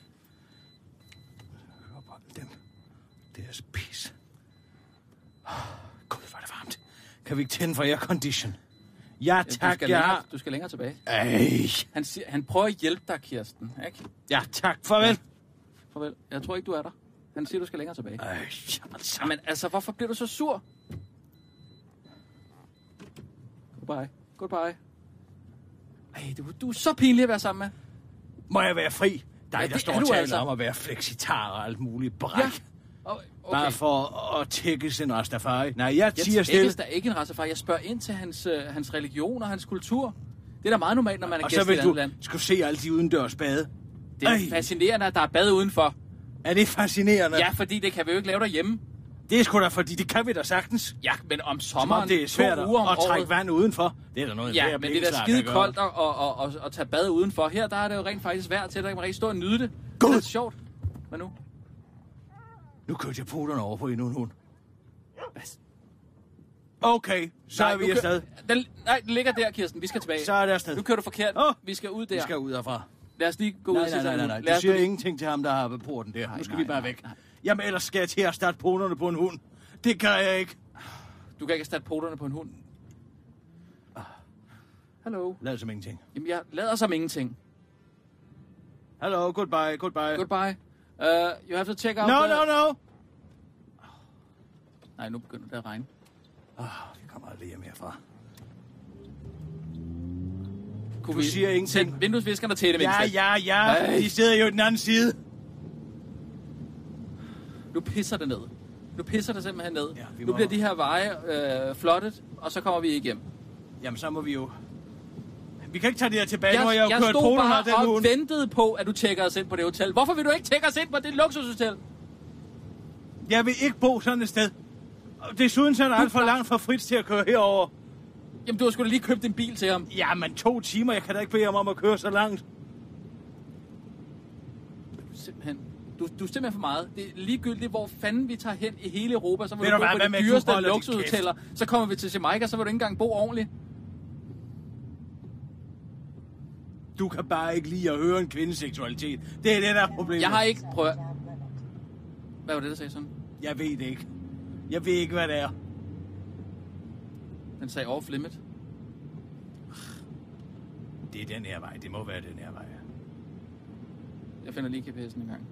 Hør på dem. Det er så pis. Oh, Gud, hvor er det varmt. Kan vi ikke tænde for aircondition? Ja, tak, du skal, ja. længere, du skal længere tilbage. Ej. Han, siger, han prøver at hjælpe dig, Kirsten. Ikke? Ja, tak. Farvel. Ja. Farvel. Jeg tror ikke, du er der. Han siger, du skal længere tilbage. Ej, altså. Men altså, hvorfor bliver du så sur? Goodbye. Goodbye. Ej, du, du er så pinlig at være sammen med. Må jeg være fri? Dig, Ja, der det står er og du taler altså. om at være flexitar og alt muligt bræk. Ja. Okay. Bare for at tække sin Rastafari. Nej, jeg Jeg siger stille. tækkes der ikke en Rastafari. Jeg spørger ind til hans, øh, hans religion og hans kultur. Det er da meget normalt, når man er Og gæst så i et vil andet du land. skulle se alle de udendørs bade. Det er Ej. fascinerende, at der er bad udenfor. Er det fascinerende? Ja, fordi det kan vi jo ikke lave derhjemme. Det er sgu da, fordi det kan vi da sagtens. Ja, men om Som sommeren, om det er svært to uger om at trække året. vand udenfor. Det er der noget, Ja, hver men det er da blikslag skide kan koldt gøre. at, at, at, at, at tage bad udenfor. Her der er det jo rent faktisk værd til, at der kan man rigtig stå og nyde det. God. Det er sjovt. Hvad nu? Nu kørte jeg poterne over på endnu en hund. Okay, så Nej, er vi nu kø- afsted. Den, nej, den ligger der, Kirsten. Vi skal tilbage. Så er det afsted. Nu kører du forkert. Åh. Vi skal ud der. Vi skal ud herfra. Lad os lige gå ud Nej, og nej, se nej, sådan nej, en- nej. Lad Du os siger lige- ingenting til ham, der har ved porten der. Nej, Nu skal nej, vi bare nej, væk. nej. Jamen, ellers skal jeg til at starte poterne på en hund. Det kan jeg ikke. Du kan ikke starte poterne på en hund. Hallo. Lad som ingenting. Jamen, jeg lader som ingenting. Hello, goodbye, goodbye. Goodbye. Uh, you have to check out No, the... no, no. Nej, nu begynder det at regne. Oh, vi kommer aldrig hjem herfra. Kunne Du vi siger ingenting. sætte vinduesviskerne til det Ja, mindste? ja, ja. Ej. De sidder jo i den anden side. Nu pisser det ned. Nu pisser det simpelthen ned. Ja, vi nu må- bliver de her veje øh, flottet, og så kommer vi ikke hjem. Jamen, så må vi jo... Vi kan ikke tage det her tilbage. Jeg, Nu har jeg jo jeg kørt stod poterne bare af den og hund. ventede på, at du tjekker os ind på det hotel. Hvorfor vil du ikke tjekke os ind på det luksushotel? Jeg vil ikke bo sådan et sted. Og desuden så er der alt for langt fra Fritz til at køre herover. Jamen, du har sgu da lige købt en bil til ham. Jamen, to timer. Jeg kan da ikke bede ham om at køre så langt. Simpelthen. Du, du er simpelthen for meget. Det er ligegyldigt, hvor fanden vi tager hen i hele Europa. Så vil Ved du du bo hvad, på hvad de med, at du dyreste holder din luksushoteller. Så kommer vi til Jamaica, så vil du ikke engang bo ordentligt. Du kan bare ikke lide at høre en kvindes seksualitet. Det er det, der er problemet. Jeg har ikke prøvet... Hvad var det, der sagde sådan? Jeg ved det ikke. Jeg ved ikke, hvad det er. Den sagde off limit. Det er den her vej. Det må være den her vej. Jeg finder lige G P S'en en gang.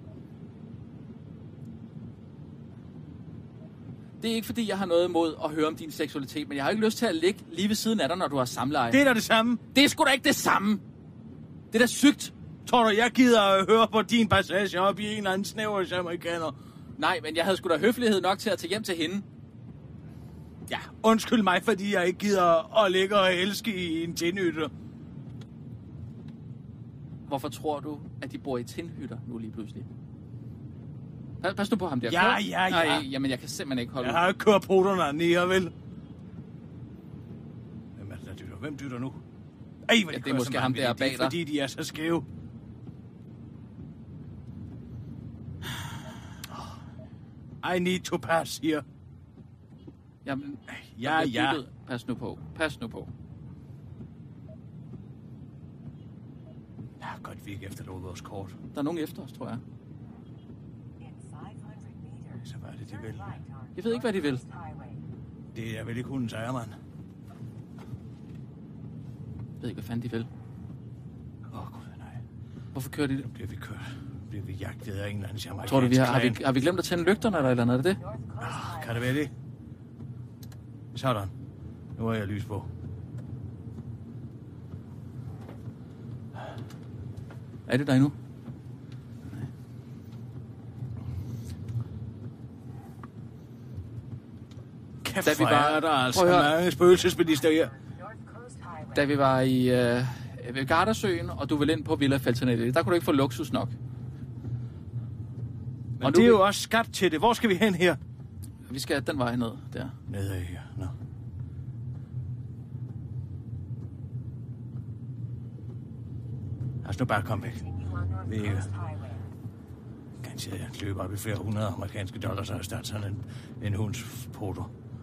Det er ikke, fordi jeg har noget imod at høre om din seksualitet, men jeg har ikke lyst til at ligge lige ved siden af dig, når du har samleje. Det er da det samme. Det er sgu da ikke det samme. Det er da sygt. Tror du, jeg gider at høre på din passage op i en eller anden snæver amerikaner? Nej, men jeg havde sgu da høflighed nok til at tage hjem til hende. Ja, undskyld mig, fordi jeg ikke gider at ligge og elske i en tinnytte. hvorfor tror du, at de bor i tindhytter nu lige pludselig? Pas, pas nu på ham der. Ja, Kør. ja, ja. Nej, jamen jeg kan simpelthen ikke holde Jeg har ikke kørt poterne ned, vel? Hvem er det, der dytter? Hvem dytter nu? Ej, hvor Ja, de det er kører måske så ham mange der med. Det er bag dig. fordi, de er så skæve. I need to pass here. Jamen, Ja, der bliver ja. dyttet. Pas nu på. Pas nu på. Ja, godt, vi ikke efterlod vores kort. Der er nogen efter os, tror jeg. Så hvad er det, de vil? Jeg ved ikke, hvad de vil. Det er vel ikke hundens ejermand. Jeg ved ikke, hvad fanden de vil. Åh, oh, gud, nej. Hvorfor kører de det? Nu bliver vi kørt. Nu bliver vi jagtet af en eller anden jamaikansk Tror du, vi har, har, vi, klan. har vi glemt at tænde lygterne eller et eller andet? Er det det? Ah, kan det være det? Sådan. Nu har jeg lys på. Er det der endnu? Kæft, Da vi hvor var- er der altså Prøv at høre. mange spøgelsesbilister her. Da vi var i øh, ved Gardasøen, og du ville ind på Villa Feltonelli, der kunne du ikke få luksus nok. Men Og det er nu- jo også skabt til det. Hvor skal vi hen her? Vi skal den vej ned, der. Nede her. Nå. Lad os nu bare komme væk. Vi kan sige, at jeg løber op i flere hundrede amerikanske dollars og erstatte sådan en, en hunds poto.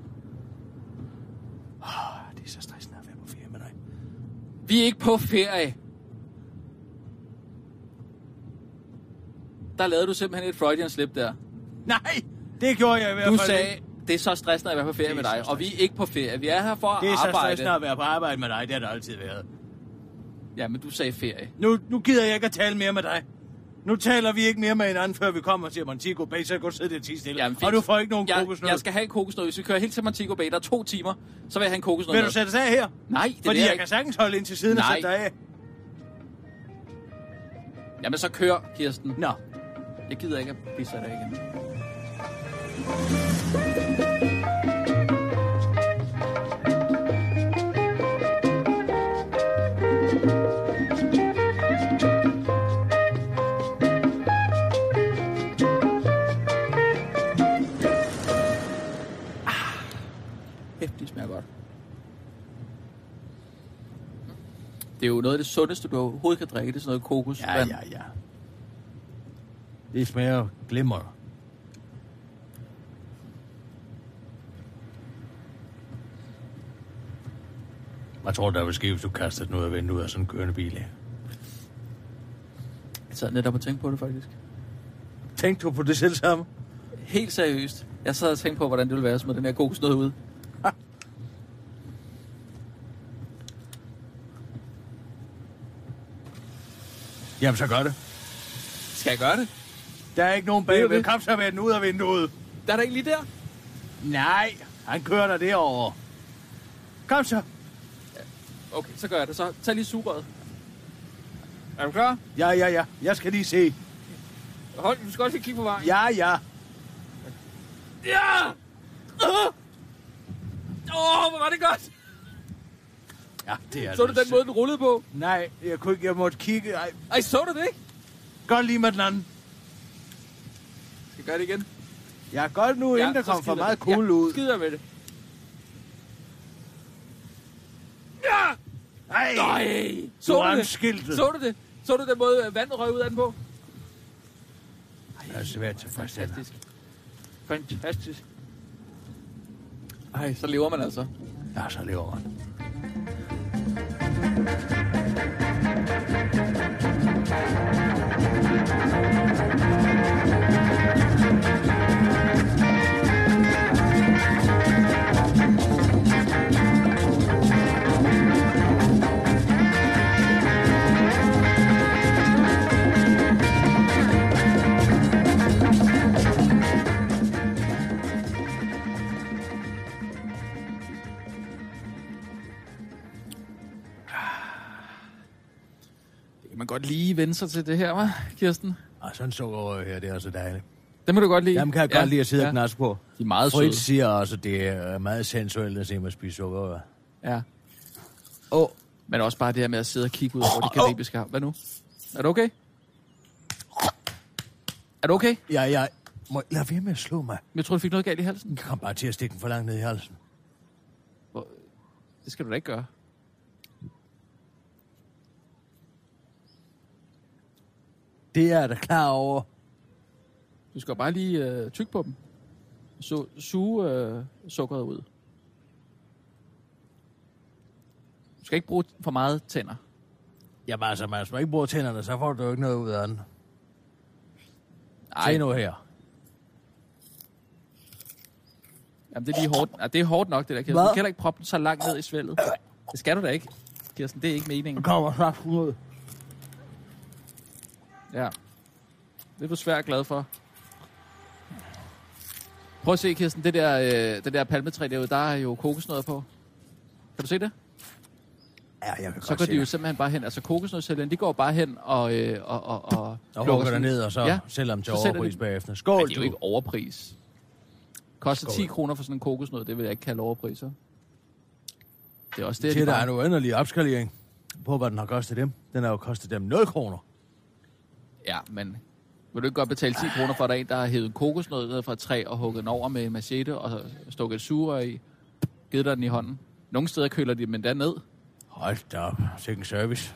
Oh, det er så stressende at være på ferie med dig. Vi er ikke på ferie. Der lavede du simpelthen et Freudian slip der. Nej, det gjorde jeg i hvert Du fald sagde, ikke. det er så stressende at være på ferie Det med er så dig, og vi er stressende. ikke på ferie. Vi er her for Det er at så arbejde. stressende at være på arbejde med dig. Det har det altid været. Ja, men du sagde ferie. Nu, nu gider jeg ikke at tale mere med dig. Nu taler vi ikke mere med hinanden, før vi kommer til Montego Bay, så jeg går sidde der ti stille. Jamen, fint. Og du får ikke nogen jeg, kokosnød. Jeg skal have en kokosnød. Hvis vi kører helt til Montego Bay, der er to timer, så vil jeg have en kokosnød. Vil med. du sætte sig af her? Nej, det Fordi vil jeg, jeg jeg ikke. kan sagtens holde ind til siden og Nej. sætte dig af. Jamen så kør, Kirsten. Nå. Jeg gider ikke at blive sat af igen. Hæft, det smager godt. Det er jo noget af det sundeste, du overhovedet kan drikke. Det er sådan noget kokos. Ja, ja, ja. Det smager glimmer. Hvad tror du, der vil ske, hvis du kaster den ud af vinduet af sådan en kørende bil her? Jeg sad netop og tænkte på det, faktisk. Tænkte du på det selv samme? Helt seriøst. Jeg sad og tænkte på, hvordan det ville være at smide den her kokosnød ud. Jamen, så gør det. Skal jeg gøre det? Der er ikke nogen Det er jo bagved. det. Kom så med den ud af vinduet. Der er der ikke lige der. Nej, han kører der derovre. Kom så. Okay, så gør jeg det. Så tag lige sugerøret. Er du klar? Ja, ja, ja. Jeg skal lige se. Hold, du skal også lige kigge på vejen. Ja, ja. Ja! Åh, oh, hvor var det godt. Ja, det er Så du den måde, den rullede på? Nej, jeg kunne ikke. Jeg måtte kigge. Ej, Ej, så du det ikke? godt lige med den anden. Skal jeg gøre det igen? Ja, godt nu, inden der så kom for skider meget jeg. cool ja, ud. skider med det. Ja! Nej, Nej! Så du du er det? skiltet. Så du det? Så du den måde, vandet røg ud af den på? Det er svært tilfredsstillende. Fantastisk. Fantastisk. Ej, så lever man altså. Ja, så lever man. Det kan man godt lige vende sig til det her, hva', Kirsten? Og sådan så over her, det er så dejligt. Det må du godt lide. Jamen kan jeg godt lide at sidde og knaske på. De er meget Fritz søde. siger også, at det er meget sensuelt at se mig spise sukker. Ja. Åh, Men også bare det her med at sidde og kigge ud over de karibiske hav. Hvad nu? Er du okay? Er du okay? Ja, jeg må lade være med at slå mig. Jeg tror, du fik noget galt i halsen. Jeg kom bare til at stikke den for langt ned i halsen. Hvor... Det skal du da ikke gøre. Det er jeg da klar over. Du skal bare lige øh, tykke på dem. Så, suge øh, sukkeret ud. Du skal ikke bruge for meget tænder. Jamen altså, man skal ikke bruge tænderne, så får du jo ikke noget ud af den. Ej. Se nu her. Jamen, det er lige hårdt. Ja, det er hårdt nok, det der, Kirsten. Hvad? Du kan heller ikke proppe den så langt ned i svældet. Det skal du da ikke, Kirsten. Det er ikke meningen. Den kommer snart ud. Ja. Det er du svært glad for. Prøv at se, Kirsten. Det der, øh, det der palmetræ derude, der er jo kokosnødder på. Kan du se det? Ja, jeg kan Så godt går se de jo det. simpelthen bare hen. Altså kokosnødsælgerne, de går bare hen og... Øh, og, og, og, Og plukker hugger der sådan- ned, og så Ja, ja, sælger dem til så sætter overpris de- bagefter. Ej, Skål, det er jo ikke overpris. Koster Skål. ti kroner for sådan en kokosnød, det vil jeg ikke kalde overpriser. Det er også det, Det at de er der bare... en uendelig opskalering på, hvad den har kostet dem. Den har jo kostet dem nul kroner. Ja, men vil du ikke godt betale ti kroner for, at der er en, der har hævet en kokosnød ned fra et træ og hugget den over med en machete og stukket et sugerør i, givet dig den i hånden. Nogle steder køler de dem endda ned. Hold da op. Sikke service.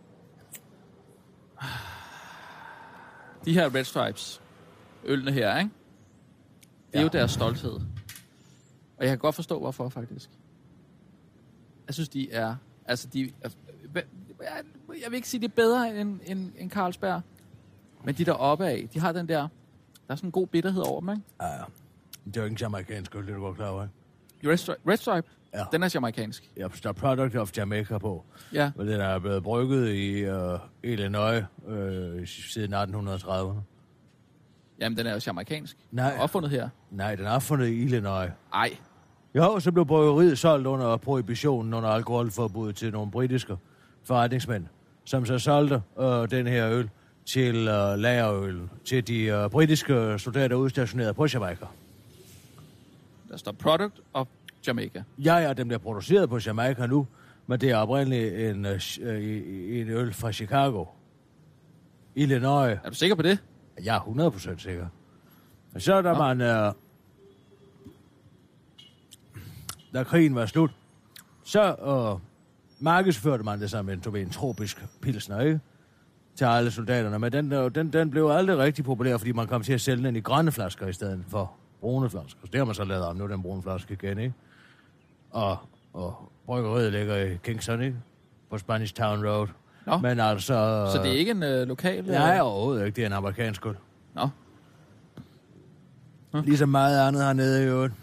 De her Red Stripes, ølene her, ikke? Det er Ja. jo deres stolthed. Og jeg kan godt forstå, hvorfor faktisk. Jeg synes, de er... Altså, de er, jeg vil ikke sige, det er bedre end, end, end Carlsberg. Men de der oppe af, de har den der... Der er sådan en god bitterhed over dem, ikke? Ja, ja. Det er jo ikke en jamaikansk øl, det er du godt klar over, ikke? Red Stripe, Red Stripe Ja. den er jamaikansk. Ja, der er Product of Jamaica på. Ja. Og den er blevet brygget i uh, Illinois uh, siden atten trediverne. Jamen, den er jo jamaikansk. Nej. Opfundet her. Nej, den er opfundet i Illinois. Ej. Jo, så blev bryggeriet solgt under prohibitionen, under alkoholforbuddet til nogle britiske forretningsmænd, som så solgte øh, den her øl til øh, lagerøl, til de øh, britiske soldater udstationeret på Jamaica. Der står Product of Jamaica. Jeg er dem, der er produceret på Jamaica nu, men det er oprindeligt en, øh, en øl fra Chicago, Illinois. Er du sikker på det? Jeg er hundrede procent sikker. Og så da Nå. man... Øh, da krigen var slut, så øh, markedsførte man det som en, en tropisk pilsner, ikke? Til alle soldaterne. Men den, øh, den, den blev aldrig rigtig populær, fordi man kom til at sælge den i grønne flasker i stedet for brune flasker. Så det har man så lavet om. Nu er den brune flaske igen, ikke? Og, og bryggeriet ligger i Kingston, ikke? På Spanish Town Road. Nå. Men altså... Så det er ikke en øh, lokal... Øh... Nej, overhovedet ikke. Det er en amerikansk øl. Nå. Ligesom meget andet hernede i øvrigt.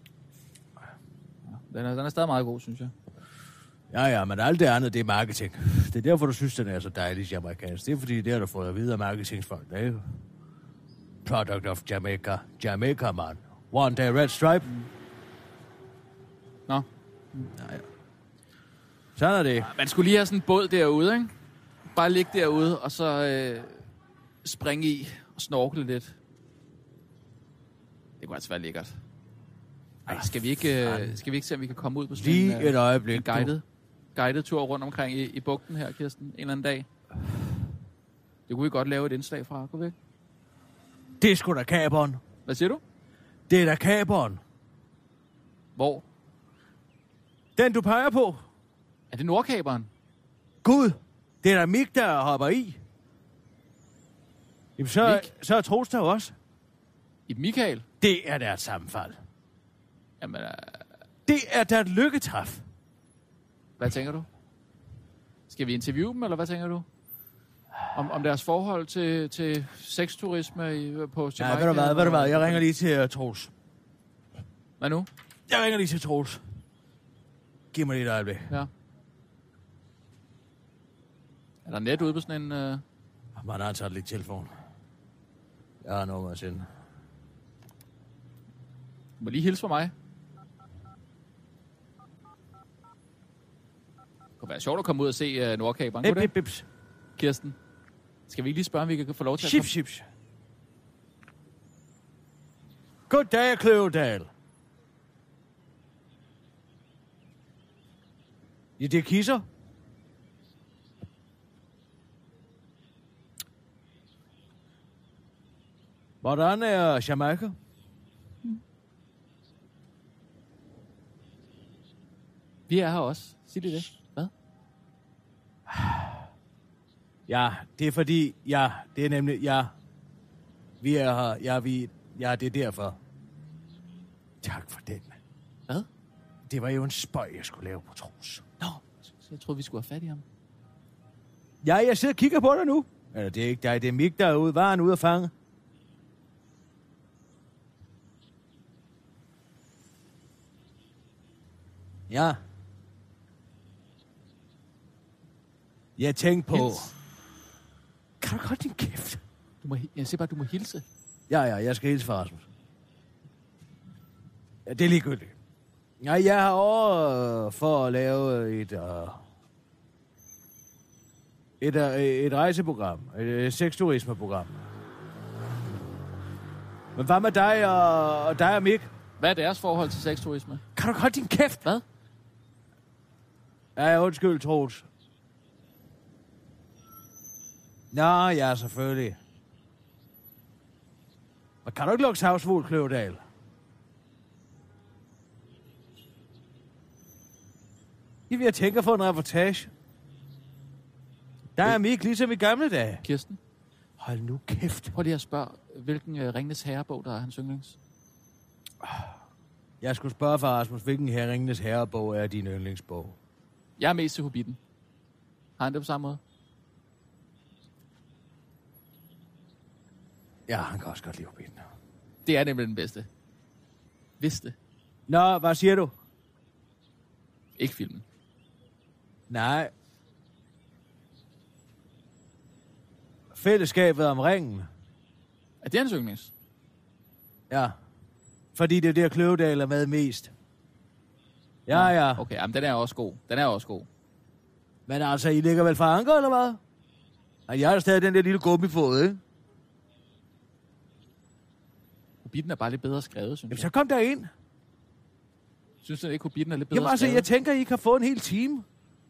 Den er, den er stadig meget god, synes jeg. Ja, ja, men alt det andet, det er marketing. Det er derfor, du synes, den er så dejlig amerikansk. Det er fordi, det har du fået at vide af marketingsfolk, ikke? Product of Jamaica. Jamaica, man. One day red stripe. Mm. Nå. Ja, ja. Sådan er det. Man skulle lige have sådan en båd derude, ikke? Bare ligge derude, og så øh, springe i og snorkle lidt. Det kunne altså være lækkert. Ej, skal vi ikke, øh, skal vi ikke se, om vi kan komme ud på sådan Lige en, øh, et øjeblik, en guided, guided tur rundt omkring i, i bugten her, Kirsten, en eller anden dag? Det kunne vi godt lave et indslag fra, kunne vi ikke? Det er sgu da kaperen. Hvad siger du? Det er da kaperen. Hvor? Den, du peger på. Er det Nordkaberen? Gud, det er da Mik, der hopper i. Jamen, så, Mik? så er Troels der jo også. I Michael? Det er da et sammenfald. Jamen, øh, Det er da et lykketræf. hvad tænker du? Skal vi interviewe dem, eller hvad tænker du? Om, om deres forhold til, til sexturisme i, på Ja, Jamaica? ved du hvad, ved du hvad, jeg ringer lige til uh, Troels. Hvad nu? Jeg ringer lige til Troels. Giv mig lige et øjeblik. Ja. Er der net ude på sådan en... Øh... Man har taget lidt telefon. Jeg har noget med at sende. Du må lige hilse for mig. Det kunne være sjovt at komme ud og se uh, Nordkaberen. Bip, Kunne det? bip, bips. Kirsten, skal vi ikke lige spørge, om vi kan få lov til at Ship, komme? ships. Goddag, Kløvedal. Ja, det er kisser. Hvordan er Jamaica? Hmm. Vi er her også. Sig lige det. Hvad? Ja, det er fordi, ja, det er nemlig, ja, vi er her, ja, vi, ja, det er derfor. Tak for den. Hvad? Det var jo en spøj, jeg skulle lave på Troels. Nå, så jeg troede, vi skulle have fat i ham. Ja, jeg sidder og kigger på dig nu. Eller det er ikke dig, det er Mik, der er ude. Var han ude at fange? Ja. Jeg tænkte på... Hils. Kan du godt din kæft? Du må, jeg siger bare, du må hilse. Ja, ja, jeg skal hilse for Rasmus. Ja, det er ligegyldigt. Ja, jeg har over for at lave et... Uh, et, uh, et rejseprogram. Et uh, sexturismeprogram. Men hvad med dig og, og dig og Mik? Hvad er deres forhold til sexturisme? Kan du holde din kæft? Hvad? Ja, undskyld, Troels. Nå, ja, selvfølgelig. Men kan du ikke lukke savsfugl, Kløvedal? I vil jeg tænke at få en reportage. Der er Mik ligesom i gamle dage. Kirsten? Hold nu kæft. Prøv lige at spørge, hvilken uh, Ringenes Herrebog, der er hans yndlings? Jeg skulle spørge for Rasmus, hvilken her Ringenes Herrebog er din yndlingsbog? Jeg er mest til Hobbiten. Har han det på samme måde? Ja, han kan også godt lide Hobbiten. Det er nemlig den bedste. Vidste. Nå, hvad siger du? Ikke filmen. Nej. Fællesskabet om ringen. Er det hans yndlings? Ja. Fordi det er der, Kløvedal er med mest. Ja, ja. Okay, jamen den er også god. Den er også god. Men altså, I ligger vel for anker, eller hvad? Og jeg har stadig den der lille gummifod, ikke? Hobbiten er bare lidt bedre skrevet, synes Jamen, jeg. så kom der ind. Synes du ikke, Hobbiten er lidt bedre Jamen altså, skrevet? jeg tænker, I kan få en hel time.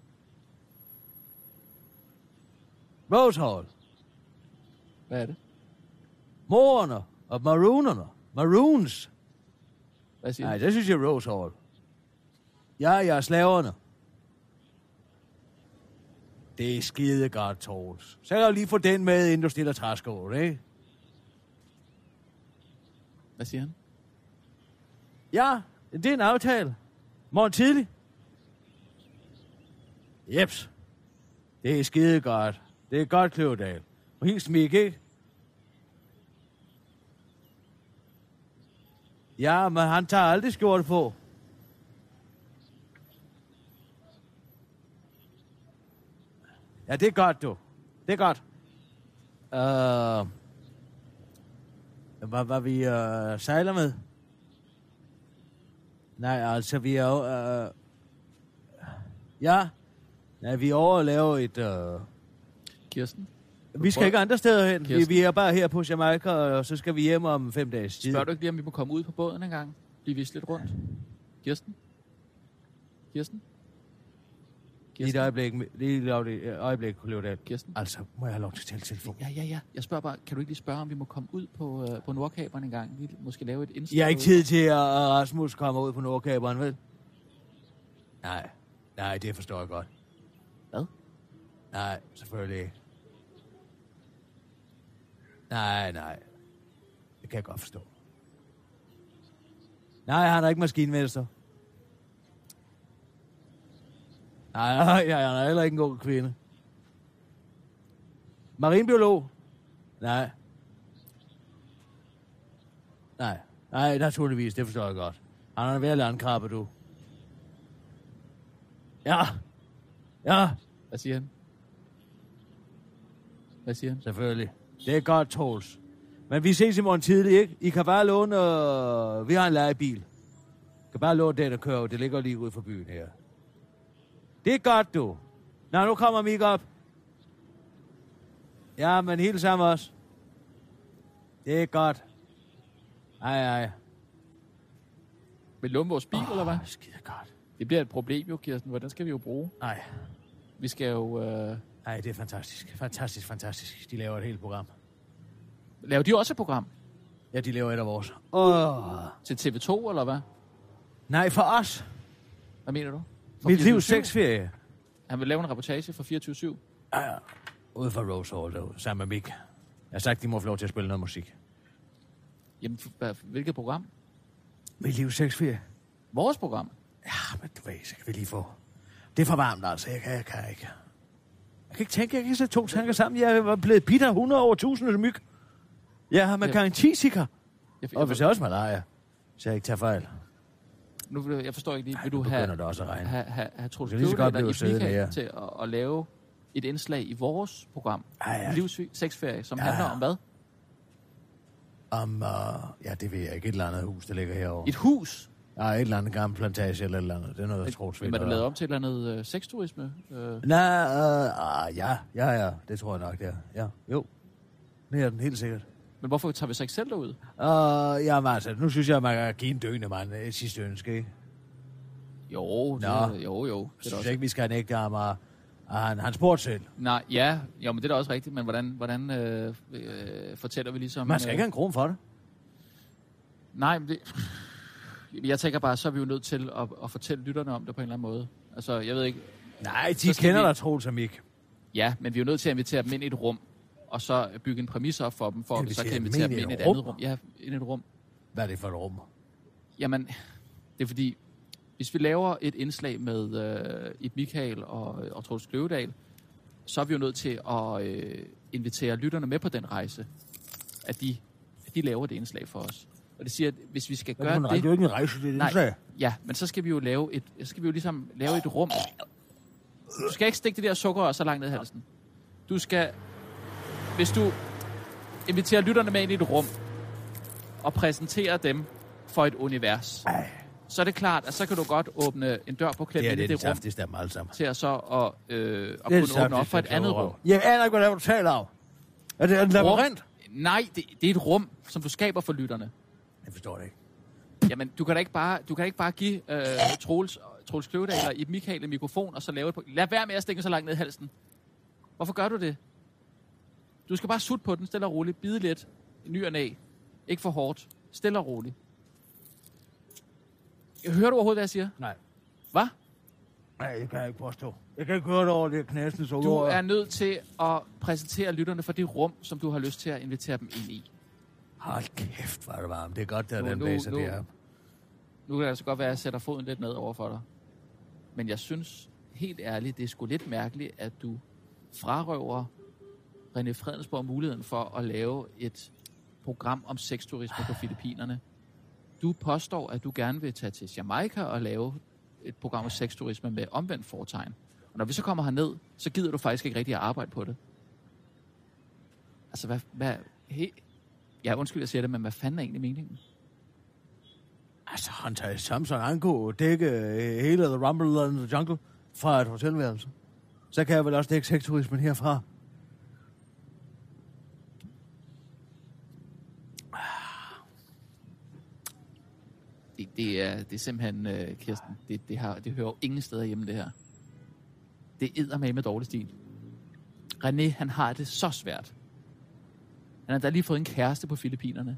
Rosehall. Hvad er det? Morerne og maroonerne. Maroons. Hvad siger Nej, du? det synes jeg er Rosehall. Ja, jeg er slaverne. Det er skide godt, Troels. Så kan du lige få den med, inden du stiller træskål, ikke? Hvad siger han? Ja, det er en aftale. Morgen tidlig. Jeps. Det er skide godt. Det er godt, Kløvedal. Og hils Mik, ikke? Ja, men han tager aldrig skjorte på. Ja, det er godt, du. Det er godt. Uh, hvad var vi uh, sejler med? Nej, altså, vi er jo... Uh, ja. Nej, vi er over at lave et... Uh, Kirsten? vi skal ikke andre steder hen. Vi, Kirsten? vi er bare her på Jamaica, og så skal vi hjem om fem dages tid. Spørger du ikke lige, om vi må komme ud på båden en gang? Blive vist lidt rundt? Kirsten? Kirsten? Lige et øjeblik, lige et øjeblik, Kløvedal. Kirsten? Altså, må jeg have lov til at tale telefon? Ja, ja, ja. Jeg spørger bare, kan du ikke lige spørge, om vi må komme ud på, øh, på Nordkaberen en gang? Vi måske lave et indslag. Jeg har ikke tid til, at Rasmus kommer ud på Nordkaberen, vel? Nej, nej, det forstår jeg godt. Hvad? Nej, selvfølgelig ikke. Nej, nej. Det kan jeg godt forstå. Nej, han er ikke maskinmester. Nej, nej, han er heller ikke en god kvinde. Marinbiolog? Nej. Nej, nej, naturligvis, det forstår jeg godt. Han er ved at landkrabbe, du. Ja. Ja, Hvad siger han? Hvad siger han? selvfølgelig. Det er godt, Troels. Men vi ses i morgen tidlig, ikke? I kan bare låne... Øh, vi har en lejebil. I kan bare låne den og køre. Det ligger lige ude for byen her. Det er godt, du. Nå, nu kommer Mik op. Ja, men helt sammen også. Det er godt. Ej, ej. Vil låne vores bil, oh, eller hvad? Skide godt. Det bliver et problem jo, Kirsten. Hvordan skal vi jo bruge? Nej. Vi skal jo... Øh... Ej, det er fantastisk. Fantastisk, fantastisk. De laver et helt program. Laver de også et program? Ja, de laver et af vores. Åh. Til T V to, eller hvad? Nej, for os. Hvad mener du? For Mit fireogtyve syv? livs sexferie. Han vil lave en reportage for fireogtyve syv. Ja, ja. Ude for Rose Hall derude, sammen med Mik. Jeg har sagt, de må få lov til at spille noget musik. Jamen, hvad- hvilket program? Mit livs sexferie. Vores program? Ja, men du ved, så kan vi lige få... Det er for varmt, altså. Jeg kan, jeg kan ikke. Jeg kan ikke tænke, jeg kan sætte to tanker sammen. Jeg er blevet bitter hundrede over tusind myg. Jeg har med Ja. garanti sikker. Jeg, Og jeg, hvis jeg også malaria, så jeg ikke tager fejl. nu, vil jeg jeg forstår ikke lige, Ej, vil nu du begynder have, det også at regne. have, have, have Troels Det kan lige så godt Kløvedal blive eller siddende Michael her. til at, at lave et indslag i vores program, Ej, ja. Livssyg Sexferie, som Ja, handler ja. om hvad? Om, uh, ja, det ved jeg ikke. Et eller andet hus, der ligger herovre. Et hus? Ja, et eller andet gammel plantage eller et eller andet. Det er noget, jeg tror, Men er det lavet om til et eller andet øh, sexturisme? Øh, Nej, uh, uh, ja, ja, ja. Det tror jeg nok, det er. Ja, jo. Det er den helt sikkert. men hvorfor tager vi så ikke selv derud? Uh, jamen altså, nu synes jeg, at man kan give en døende mand et sidste ønske, ikke? Jo, det, Nå. jo, jo. Det Jeg er da synes også. ikke, vi skal nægte ham, og han, han spurgte selv. Nej, ja, jo, men det er da også rigtigt, men hvordan, hvordan øh, øh, fortæller vi ligesom... Man skal ikke have en krone for det. Nej, men det, jeg tænker bare, så er vi jo nødt til at, at fortælle lytterne om det på en eller anden måde. Altså, jeg ved ikke... Nej, de Så skal kender vi- dig, Troels og Mik. Ja, men vi er jo nødt til at invitere dem ind i et rum, og så bygge en præmis op for dem, for at vi så kan Invitere invitere dem dem ind ind i i et et andet rum? rum. Ja, ind i et rum. Hvad er det for et rum? Jamen, det er fordi, hvis vi laver et indslag med øh, Ib Michael og, og Troels Kløvedal, så er vi jo nødt til at øh, invitere lytterne med på den rejse, at de, at de laver det indslag for os. Og det siger, at hvis vi skal gøre det, det er det... jo ikke en rejse, det er et indslag. Nej, ja, men så skal vi jo lave et, så skal vi jo ligesom lave et rum. Du skal ikke stikke det der sukker så langt ned i halsen. Du skal, hvis du inviterer lytterne med ind i et rum og præsenterer dem for et univers, Ej. så er det klart, at så kan du godt åbne en dør på Det klemmen er ind i det, det det rum saftigste af dem alle sammen. til at så at, øh, at Det er kunne det åbne op for et saftigste, andet jeg rum. Jeg aner ikke, hvad du taler om. Er det en labyrint? Nej, det, det er et rum, som du skaber for lytterne. Jeg forstår det ikke. Jamen, du kan da ikke bare, du kan da ikke bare give øh, Troels, Troels Kløvedal eller Ib Michael en mikrofon, og så lave et... På. Lad være med at stikke så langt ned i halsen. Hvorfor gør du det? Du skal bare sutte på den, stille og roligt, bide lidt, ny og næ. Ikke for hårdt. Stille og roligt. Hører du overhovedet, hvad jeg siger? Nej. Hvad? Nej, jeg kan ikke påstå. Jeg kan ikke høre det over det knæsende så. Du er nødt til at præsentere lytterne for det rum, som du har lyst til at invitere dem ind i. Hold kæft, hvor er det varmt. Det er godt, der Nu- den nu- blæser nu- der. Nu kan det altså godt være, at jeg sætter foden lidt ned over for dig. Men jeg synes helt ærligt, det er sgu lidt mærkeligt, at du frarøver René Fredensborg muligheden for at lave et program om sexturisme på Filippinerne. Du påstår, at du gerne vil tage til Jamaica og lave et program om sexturisme med omvendt foretegn. Og når vi så kommer herned, så gider du faktisk ikke rigtig at arbejde på det. Altså, hvad... hvad he, ja, undskyld, jeg siger det, men hvad fanden er egentlig meningen? Altså, han tager Samson han kunne dække øh, hele The Rumble and the Jungle fra et hotelværelse. Så kan jeg vel også dække sexturismen herfra. Det, det, er, det er simpelthen, uh, Kirsten, det, det, har, det hører jo ingen steder hjemme, det her. Det æder med med dårlig stil. René, han har det så svært. Han har da lige fået en kæreste på Filippinerne.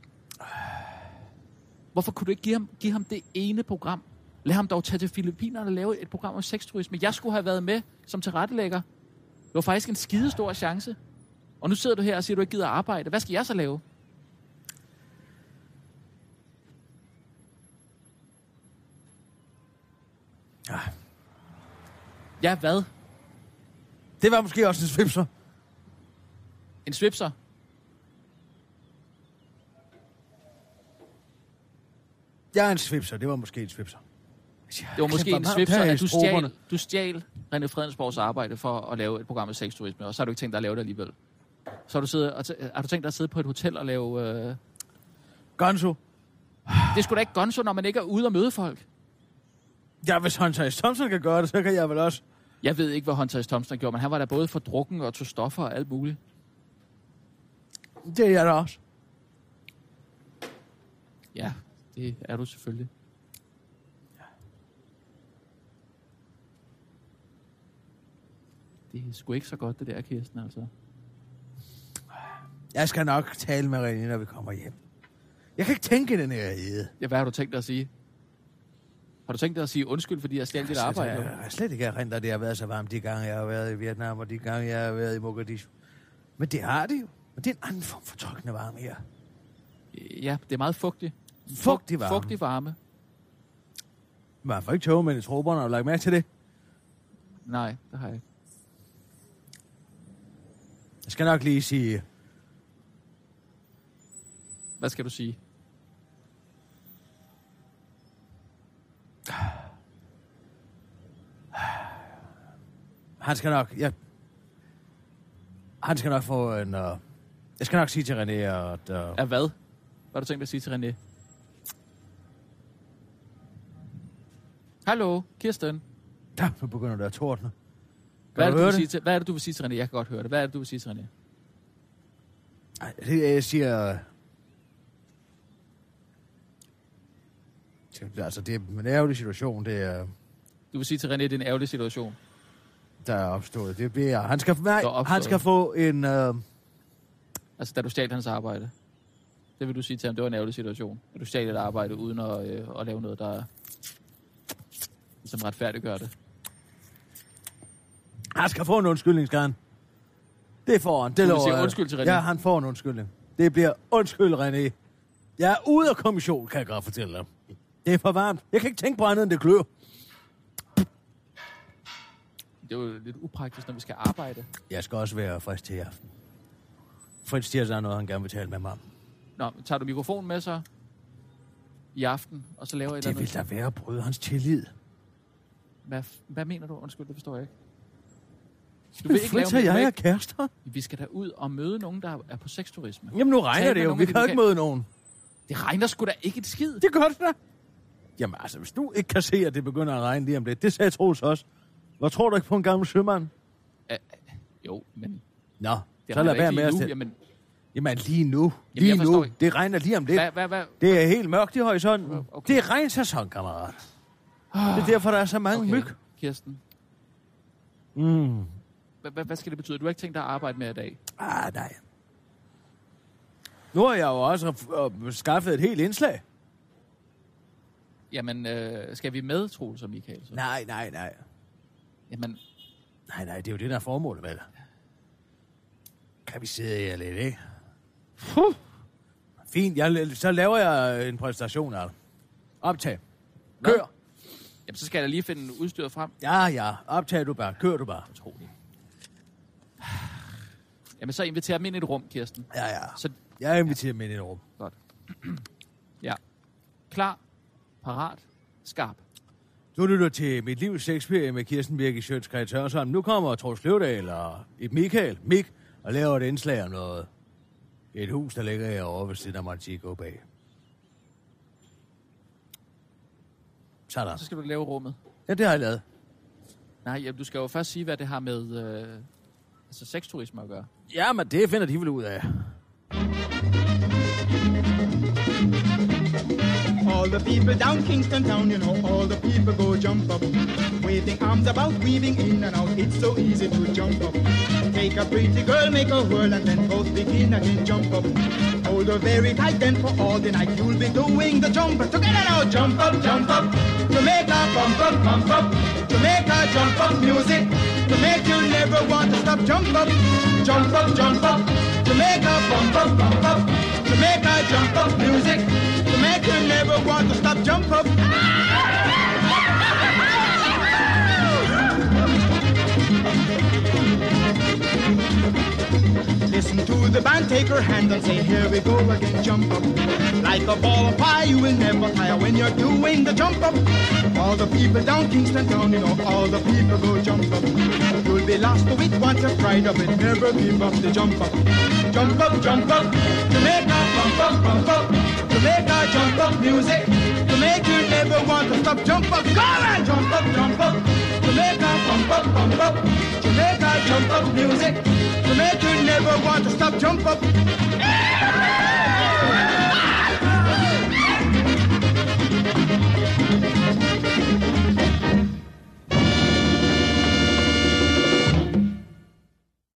Hvorfor kunne du ikke give ham, give ham det ene program? Lad ham dog tage til Filippinerne og lave et program om sexturisme. Jeg skulle have været med som tilrettelægger. Det var faktisk en skidestor chance. Og nu sidder du her og siger, at du ikke gider arbejde. Hvad skal jeg så lave? Ja. Ja, hvad? Det var måske også en svipser. En svipser? Jeg er en svipser. Det var måske en svipser. Det var måske Hvor en varmt svipser, her i at du stroberne. stjal, du stjal René Fredensborgs arbejde for at lave et program med sexturisme, og så har du ikke tænkt dig at lave det alligevel. Så har du, siddet, og t- har du tænkt dig at sidde på et hotel og lave... Øh... Gonzo. Det er sgu da ikke gonzo, når man ikke er ude og møde folk. Ja, hvis Hunter S. Thompson kan gøre det, så kan jeg vel også. Jeg ved ikke, hvad Hunter S. Thompson gjorde, men han var da både for drukken og tog stoffer og alt muligt. Det er jeg da også. Ja, det er du selvfølgelig. Det er sgu ikke så godt, det der, Kirsten, altså. Jeg skal nok tale med René, når vi kommer hjem. Jeg kan ikke tænke den her æde. Ja, hvad har du tænkt dig at sige? Har du tænkt dig at sige undskyld, fordi jeg stjal dit arbejde? Jeg, jeg har slet ikke erindret, at det har været så varmt de gange, jeg har været i Vietnam, og de gange, jeg har været i Mogadishu. Men det har det jo. Men det er en anden form for trykkende varme her. Ja, det er meget fugtigt. Fugtig varme. Fugtig varme. Man får ikke togmænd i trupperne, har du lagt mærke til det? Nej, det har jeg ikke. Jeg skal nok lige sige... Hvad skal du sige? Han skal nok... Jeg... Han skal nok få en... Uh... Jeg skal nok sige til René, at... Uh... Af hvad? Hvad har du tænkt dig at sige til René? Hallo, Kirsten. Ja, nu begynder der at tordne. Hvad er, det, du vil sige til, hvad er det, du vil sige til René? Jeg kan godt høre det. Hvad er det, du vil sige til René? Ej, det, jeg siger... Altså, det er en ærgerlig situation, det er... Du vil sige til René, det er en ærgerlig situation? Der er opstået. Det bliver... Han skal, nej, opstået. han skal få en... Uh... Altså, da du stjal hans arbejde. Det vil du sige til ham, det var en ærgerlig situation. At du stjal et arbejde uden at, øh, at lave noget, der som retfærdiggør det. Han skal få en undskyldning, skal han. Det får han. Det du vil lover sige jeg. undskyld til René? Ja, han får en undskyldning. Det bliver undskyld, René. Jeg er ude af kommission, kan jeg godt fortælle dig. Det er for varmt. Jeg kan ikke tænke på andet, end det klør. Det er jo lidt upraktisk, når vi skal arbejde. Jeg skal også være frisk til i aften. Fritz siger, at der er noget, han gerne vil tale med mig om. Nå, tager du mikrofonen med så i aften, og så laver jeg et Det eller andet? vil da være at bryde hans tillid. Hvad, hvad mener du? Undskyld, det forstår jeg ikke. Du Men Fritz og jeg er kærester. Vi skal da ud og møde nogen, der er på sexturisme. Jamen nu regner Tal det med jo. nogen Vi af de kan ikke lokale- møde nogen. Det regner sgu da ikke et skid. Det gør det da. Jamen altså, hvis du ikke kan se, at det begynder at regne lige om lidt. Det sagde Troels også. Hvor tror du ikke på en gammel sømand? Æ, jo, men... Nå, Det så lad være ikke med at lige nu. stille. Jamen, Jamen lige nu. jeg Lige forstår nu. ikke. Det regner lige om lidt. hvad, hvad, hvad? Det er helt mørkt i horisonten. Okay. Det er regnsæson, kammerat. Det er derfor, der er så mange Okay, myg. Kirsten. Mm. Hvad, hvad, hvad skal det betyde? Du har ikke tænkt dig at arbejde med i dag? Ah, nej. Nu har jeg jo også øh, skaffet et helt indslag. Jamen, øh, skal vi med, Troels og Michael? Så? Nej, nej, nej. Jamen, Nej, nej, det er jo det, der er formålet med det. Kan vi sidde her lidt, ikke? Puh. Fint, jeg, så laver jeg en præstation af det. Optag. Kør. Nå. Jamen, så skal jeg da lige finde udstyret frem. Ja, ja. Optag du bare. Kør du bare. Utroligt. Jamen, så inviterer dem ind i et rum, Kirsten. Ja, ja. Så Jeg inviterer dem ind i et rum. godt. Ja. Klar, parat, skarp. Du lytter til Mit Livs Shakespeare med Kirsten Birgit Schøtz-Krets Hørsholm. Nu kommer Troels Løvdahl og et Michael, Mik, og laver et indslag om noget. Et hus, der ligger herovre ved siden af Montego Bay. Sådan. Så skal du lave rummet. Ja, det har jeg lavet. Nej, jamen, du skal jo først sige, hvad det har med øh, altså sexturisme at gøre. Ja, men det finder de vel ud af. All the people down Kingston town, you know, all the people go jump up. Waving arms about, weaving in and out, it's so easy to jump up. Take a pretty girl, make a whirl, and then both begin again, jump up. Hold her very tight, then for all the night you'll be doing the jump up. Together now, jump up, jump up. Jamaica, bump up, bump up. Jamaica, jump up music. To make you never want to stop, jump up, jump up, jump up. Jamaica, bump up, bump up. Jamaica, jump up music. To make you never want to stop, jump up. Listen to the band, take her hand and say, here we go again, jump up. Like a ball of fire, you will never tire when you're doing the jump up. All the people down Kingston town, you know, all the people go jump up. You'll be lost to it once you've tried of it, never give up the jump up. Jump up, jump up, Jamaica, bump up, bump up. Jamaica, jump up music, to make you never want to stop, jump up. Go on, jump up, jump up. Jamaica, bump up, bump up. Jamaica, jump up music, to make you never want to stop, jump up.